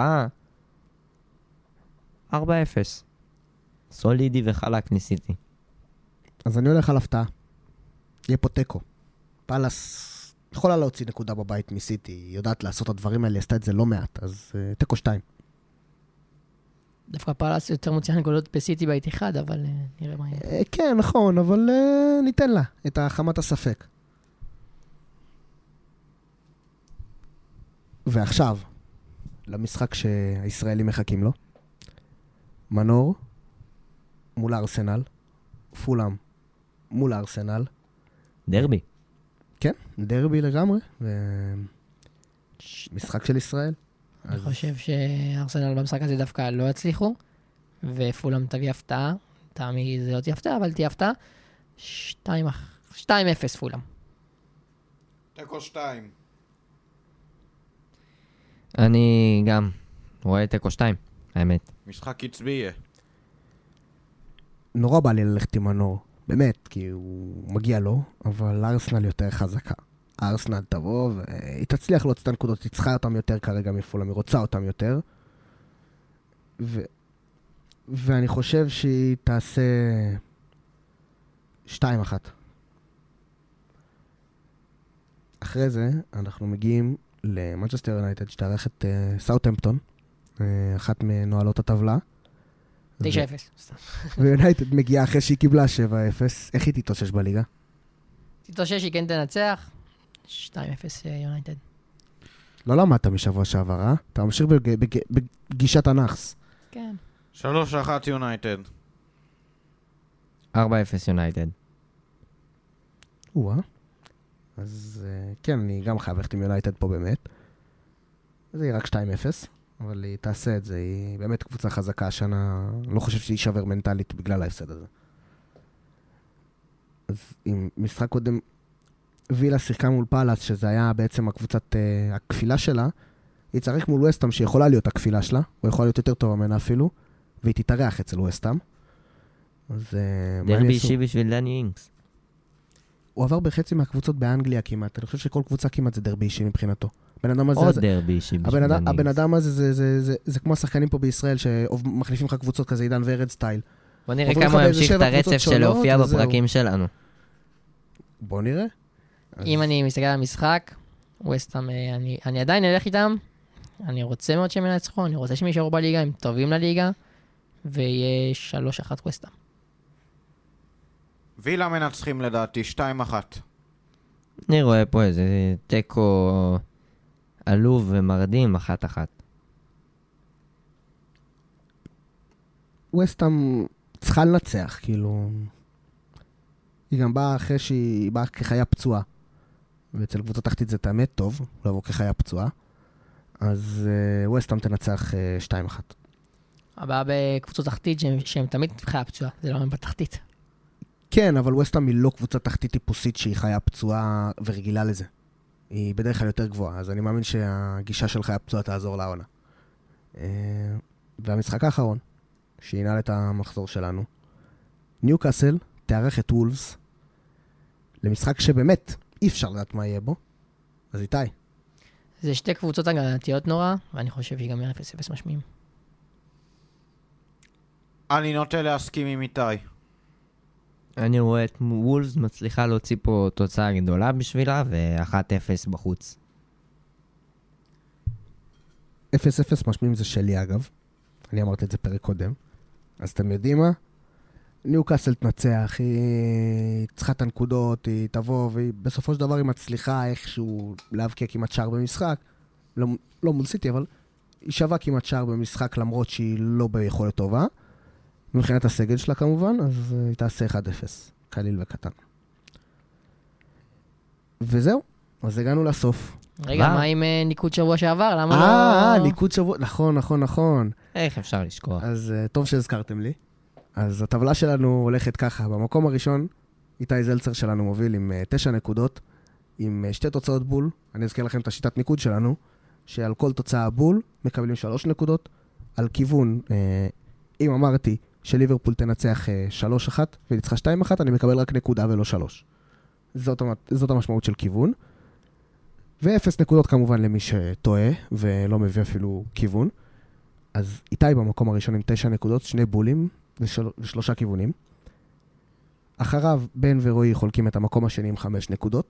4-0. סולידי וחלק ניסיתי. אז אני הולך על הפתעה. יהיה פה טקו. פלאס יכולה להוציא נקודה בבית מסיטי, היא יודעת לעשות את הדברים האלה, עשתה את זה לא מעט, אז טקו 2. דווקא פלאס יותר מוציאה נקודות בסיטי בית אחד, אבל נראה מה יהיה. כן, נכון, אבל ניתן לה את החמת הספק. ועכשיו, למשחק שהישראלים מחכים לו. מנור מול ארסנל, פולאם מול ארסנל. דרבי. כן, דרבי לגמרי. משחק של ישראל. אני חושב שארסנל במשחק הזה דווקא לא יצליחו, ופולאם תביא הפתעה. תעמי זה לא תהיה הפתעה, אבל תהיה הפתעה. 2-0 פולאם. תיקו 2. אני גם רואה תיקו 2, האמת. משחק קצבי יהיה. נורא בא לי ללכת עם הנור, באמת, כי הוא מגיע לו, אבל ארסנל יותר חזקה. ארסנל תבוא והיא תצליח להוציא את הנקודות, היא צריכה אותם יותר כרגע מפולאם, היא רוצה אותם יותר. ואני חושב שהיא תעשה 2-1. אחרי זה אנחנו מגיעים למנצ'סטר יונייטד שתארח את סאות'המפטון, אחת מנועלות הטבלה. 9-0. ויונייטד מגיעה אחרי שהיא קיבלה 7-0. איך היא תתאושש בליגה? תתאושש שהיא כן תנצח. 2-0 יונייטד. לא למדת משבוע שעבר, אה? אתה ממשיך בגישת הנחס. כן. 3-1 יונייטד. 4-0 יונייטד. אז כן, אני גם חייב ללכת עם יונייטד פה באמת. זה יהיה רק 2-0, אבל היא תעשה את זה. היא באמת קבוצה חזקה השנה. לא חושב שהיא שבר מנטלית בגלל ההפסד הזה. אז עם משחק קודם, וילה שיחקה מול פאלאס, שזה היה בעצם הקבוצת הכפילה שלה. היא צריך מול ווסטהאם שיכולה להיות הכפילה שלה, או יכולה להיות יותר טובה ממנה אפילו, והיא תתארח אצל ווסטהאם. אז דרבי אישי בשביל דני אינגס. הוא עבר בחצי מהקבוצות באנגליה כמעט. אני חושב שכל קבוצה כמעט זה דרבי אישי מבחינתו. עוד דרבי אישי בשביל דני אינגס. הבן אדם הזה זה כמו השחקנים פה בישראל שמחליפים לך קבוצות כזה עידן ורד סטייל. בוא נראה כמה הוא ימשיך את הרצף של להופיע בפרקים שלנו. בוא נראה. אם אני מסתכל על המשחק, ווסטהאם, אני עדיין אלך איתם. אני רוצה מאוד שהם ינצחו, אני רוצה שהם יישארו בליגה, הם טובים לליגה, ויהיה 3-1 ווסטהאם. וילה מנצחים לדעתי, 2-1. אני רואה פה איזה תיקו עלוב ומרדים, 1-1. ווסטהאם צריכה לנצח, כאילו. היא גם באה אחרי שהיא באה כחיה פצועה. ואצל קבוצה תחתית זה תאמת טוב, לבוא כחיה פצועה. אז ווסטהאם תנצח 2-1. הבאה בקבוצות תחתית שהם תמיד חיה פצועה, זה לא הם בתחתית. כן, אבל ווסטהאם היא לא קבוצה תחתית טיפוסית שהיא חיה פצועה ורגילה לזה. היא בדרך כלל יותר גבוהה, אז אני מאמין שהגישה של חיה פצועה תעזור לעונה. והמשחק האחרון, שינעל את המחזור שלנו, ניוקאסל תארח את וולפס, למשחק שבאמת אי אפשר לדעת מה יהיה בו. אז איתי. זה שתי קבוצות הגנתיות נורא, ואני חושב שיגמר 0-0 משמיעים. אני נוטה להסכים עם איתי. אני רואה את וולפס מצליחה להוציא פה תוצאה גדולה בשבילה, ו1-0 בחוץ. 0-0 משמיעים זה שלי אגב. אני אמרתי את זה פרק קודם. אז אתם יודעים מה? ניוקאסל תנצח, היא צריכה את הנקודות, היא תבוא, והיא בסופו של דבר היא מצליחה איכשהו להבקיע כמעט שער במשחק. לא מול סיטי, אבל היא שווה כמעט שער במשחק, למרות שהיא לא ביכולת טובה. מבחינת הסגל שלה כמובן, אז היא תעשה 1-0, קליל וקטן. וזהו, אז הגענו לסוף. רגע, מה עם ניקוד שבוע שעבר? למה לא... ניקוד שבוע, נכון. איך אפשר לשכוח? אז טוב שהזכרתם לי. אז הטבלה שלנו הולכת ככה. במקום הראשון, איתי זלצר שלנו מוביל עם 9 נקודות, עם 2 תוצאות בול. אני אזכיר לכם את השיטת ניקוד שלנו, שעל כל תוצאה בול מקבלים 3 נקודות. על כיוון, אם אמרתי שליברפול תנצח 3-1 וניצחה 2-1, אני מקבל רק נקודה ולא 3. זאת המשמעות של כיוון. ו0 נקודות כמובן למי שטועה ולא מביא אפילו כיוון. אז איתי במקום הראשון עם 9 נקודות, 2 בולים ו3 כיוונים. אחריו בן ורועי חולקים את המקום השני עם 5 נקודות.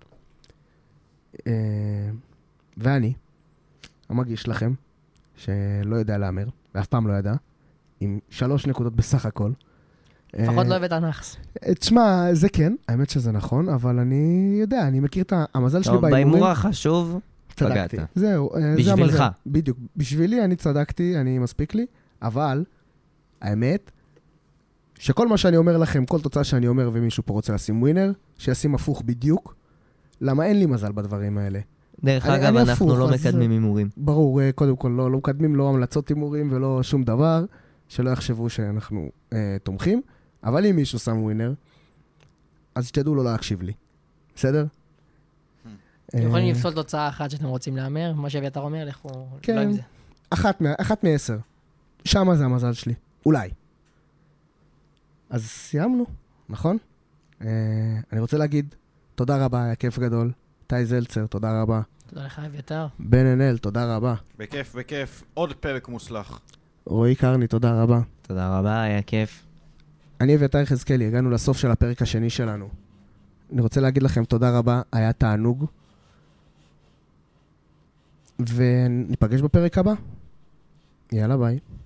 ואני, המגיש לכם, שלא יודע לאמר, ואף פעם לא ידע, עם 3 נקודות בסך הכל. לפחות לא הבאת נחס. תשמע, זה כן, האמת שזה נכון, אבל אני יודע, אני מכיר את המזל שלי בהימורים. בהימור החשוב, צדקתי. זהו, בשבילך. בדיוק, בשבילי אני צדקתי, אני מספיק לי, אבל האמת, שכל מה שאני אומר לכם, כל תוצאה שאני אומר ומישהו פה רוצה לשים ווינר, שישים הפוך בדיוק, למה אין לי מזל בדברים האלה. דרך אגב, אנחנו לא מקדמים הימורים. ברור, קודם כל, לא מקדמים, לא המלצות הימורים ולא שום דבר, שלא יחשבו שאנחנו תומכים, אבל אם מישהו שם ווינר, אז שתדעו לא להקשיב לי. בסדר? אתם יכולים לפסול תוצאה אחת שאתם רוצים לאמר, מה שאביתר אומר, לכו לא כן, עם זה. אחת מ10. שמה זה המזל שלי. אולי. אז סיימנו, נכון? אני רוצה להגיד תודה רבה, היה כיף גדול. טי זלצר, תודה רבה. תודה לך, אביתר. בן אנל, תודה רבה. בכיף, בכיף. עוד פרק מוצלח. רועי קרני, תודה רבה. תודה רבה, היה כיף. אני ואביתר חזקאלי, הגענו לסוף של הפרק השני שלנו. אני רוצה להגיד לכם תודה רבה, היה תענוג. וניפגש בפרק הבא. יאללה, ביי.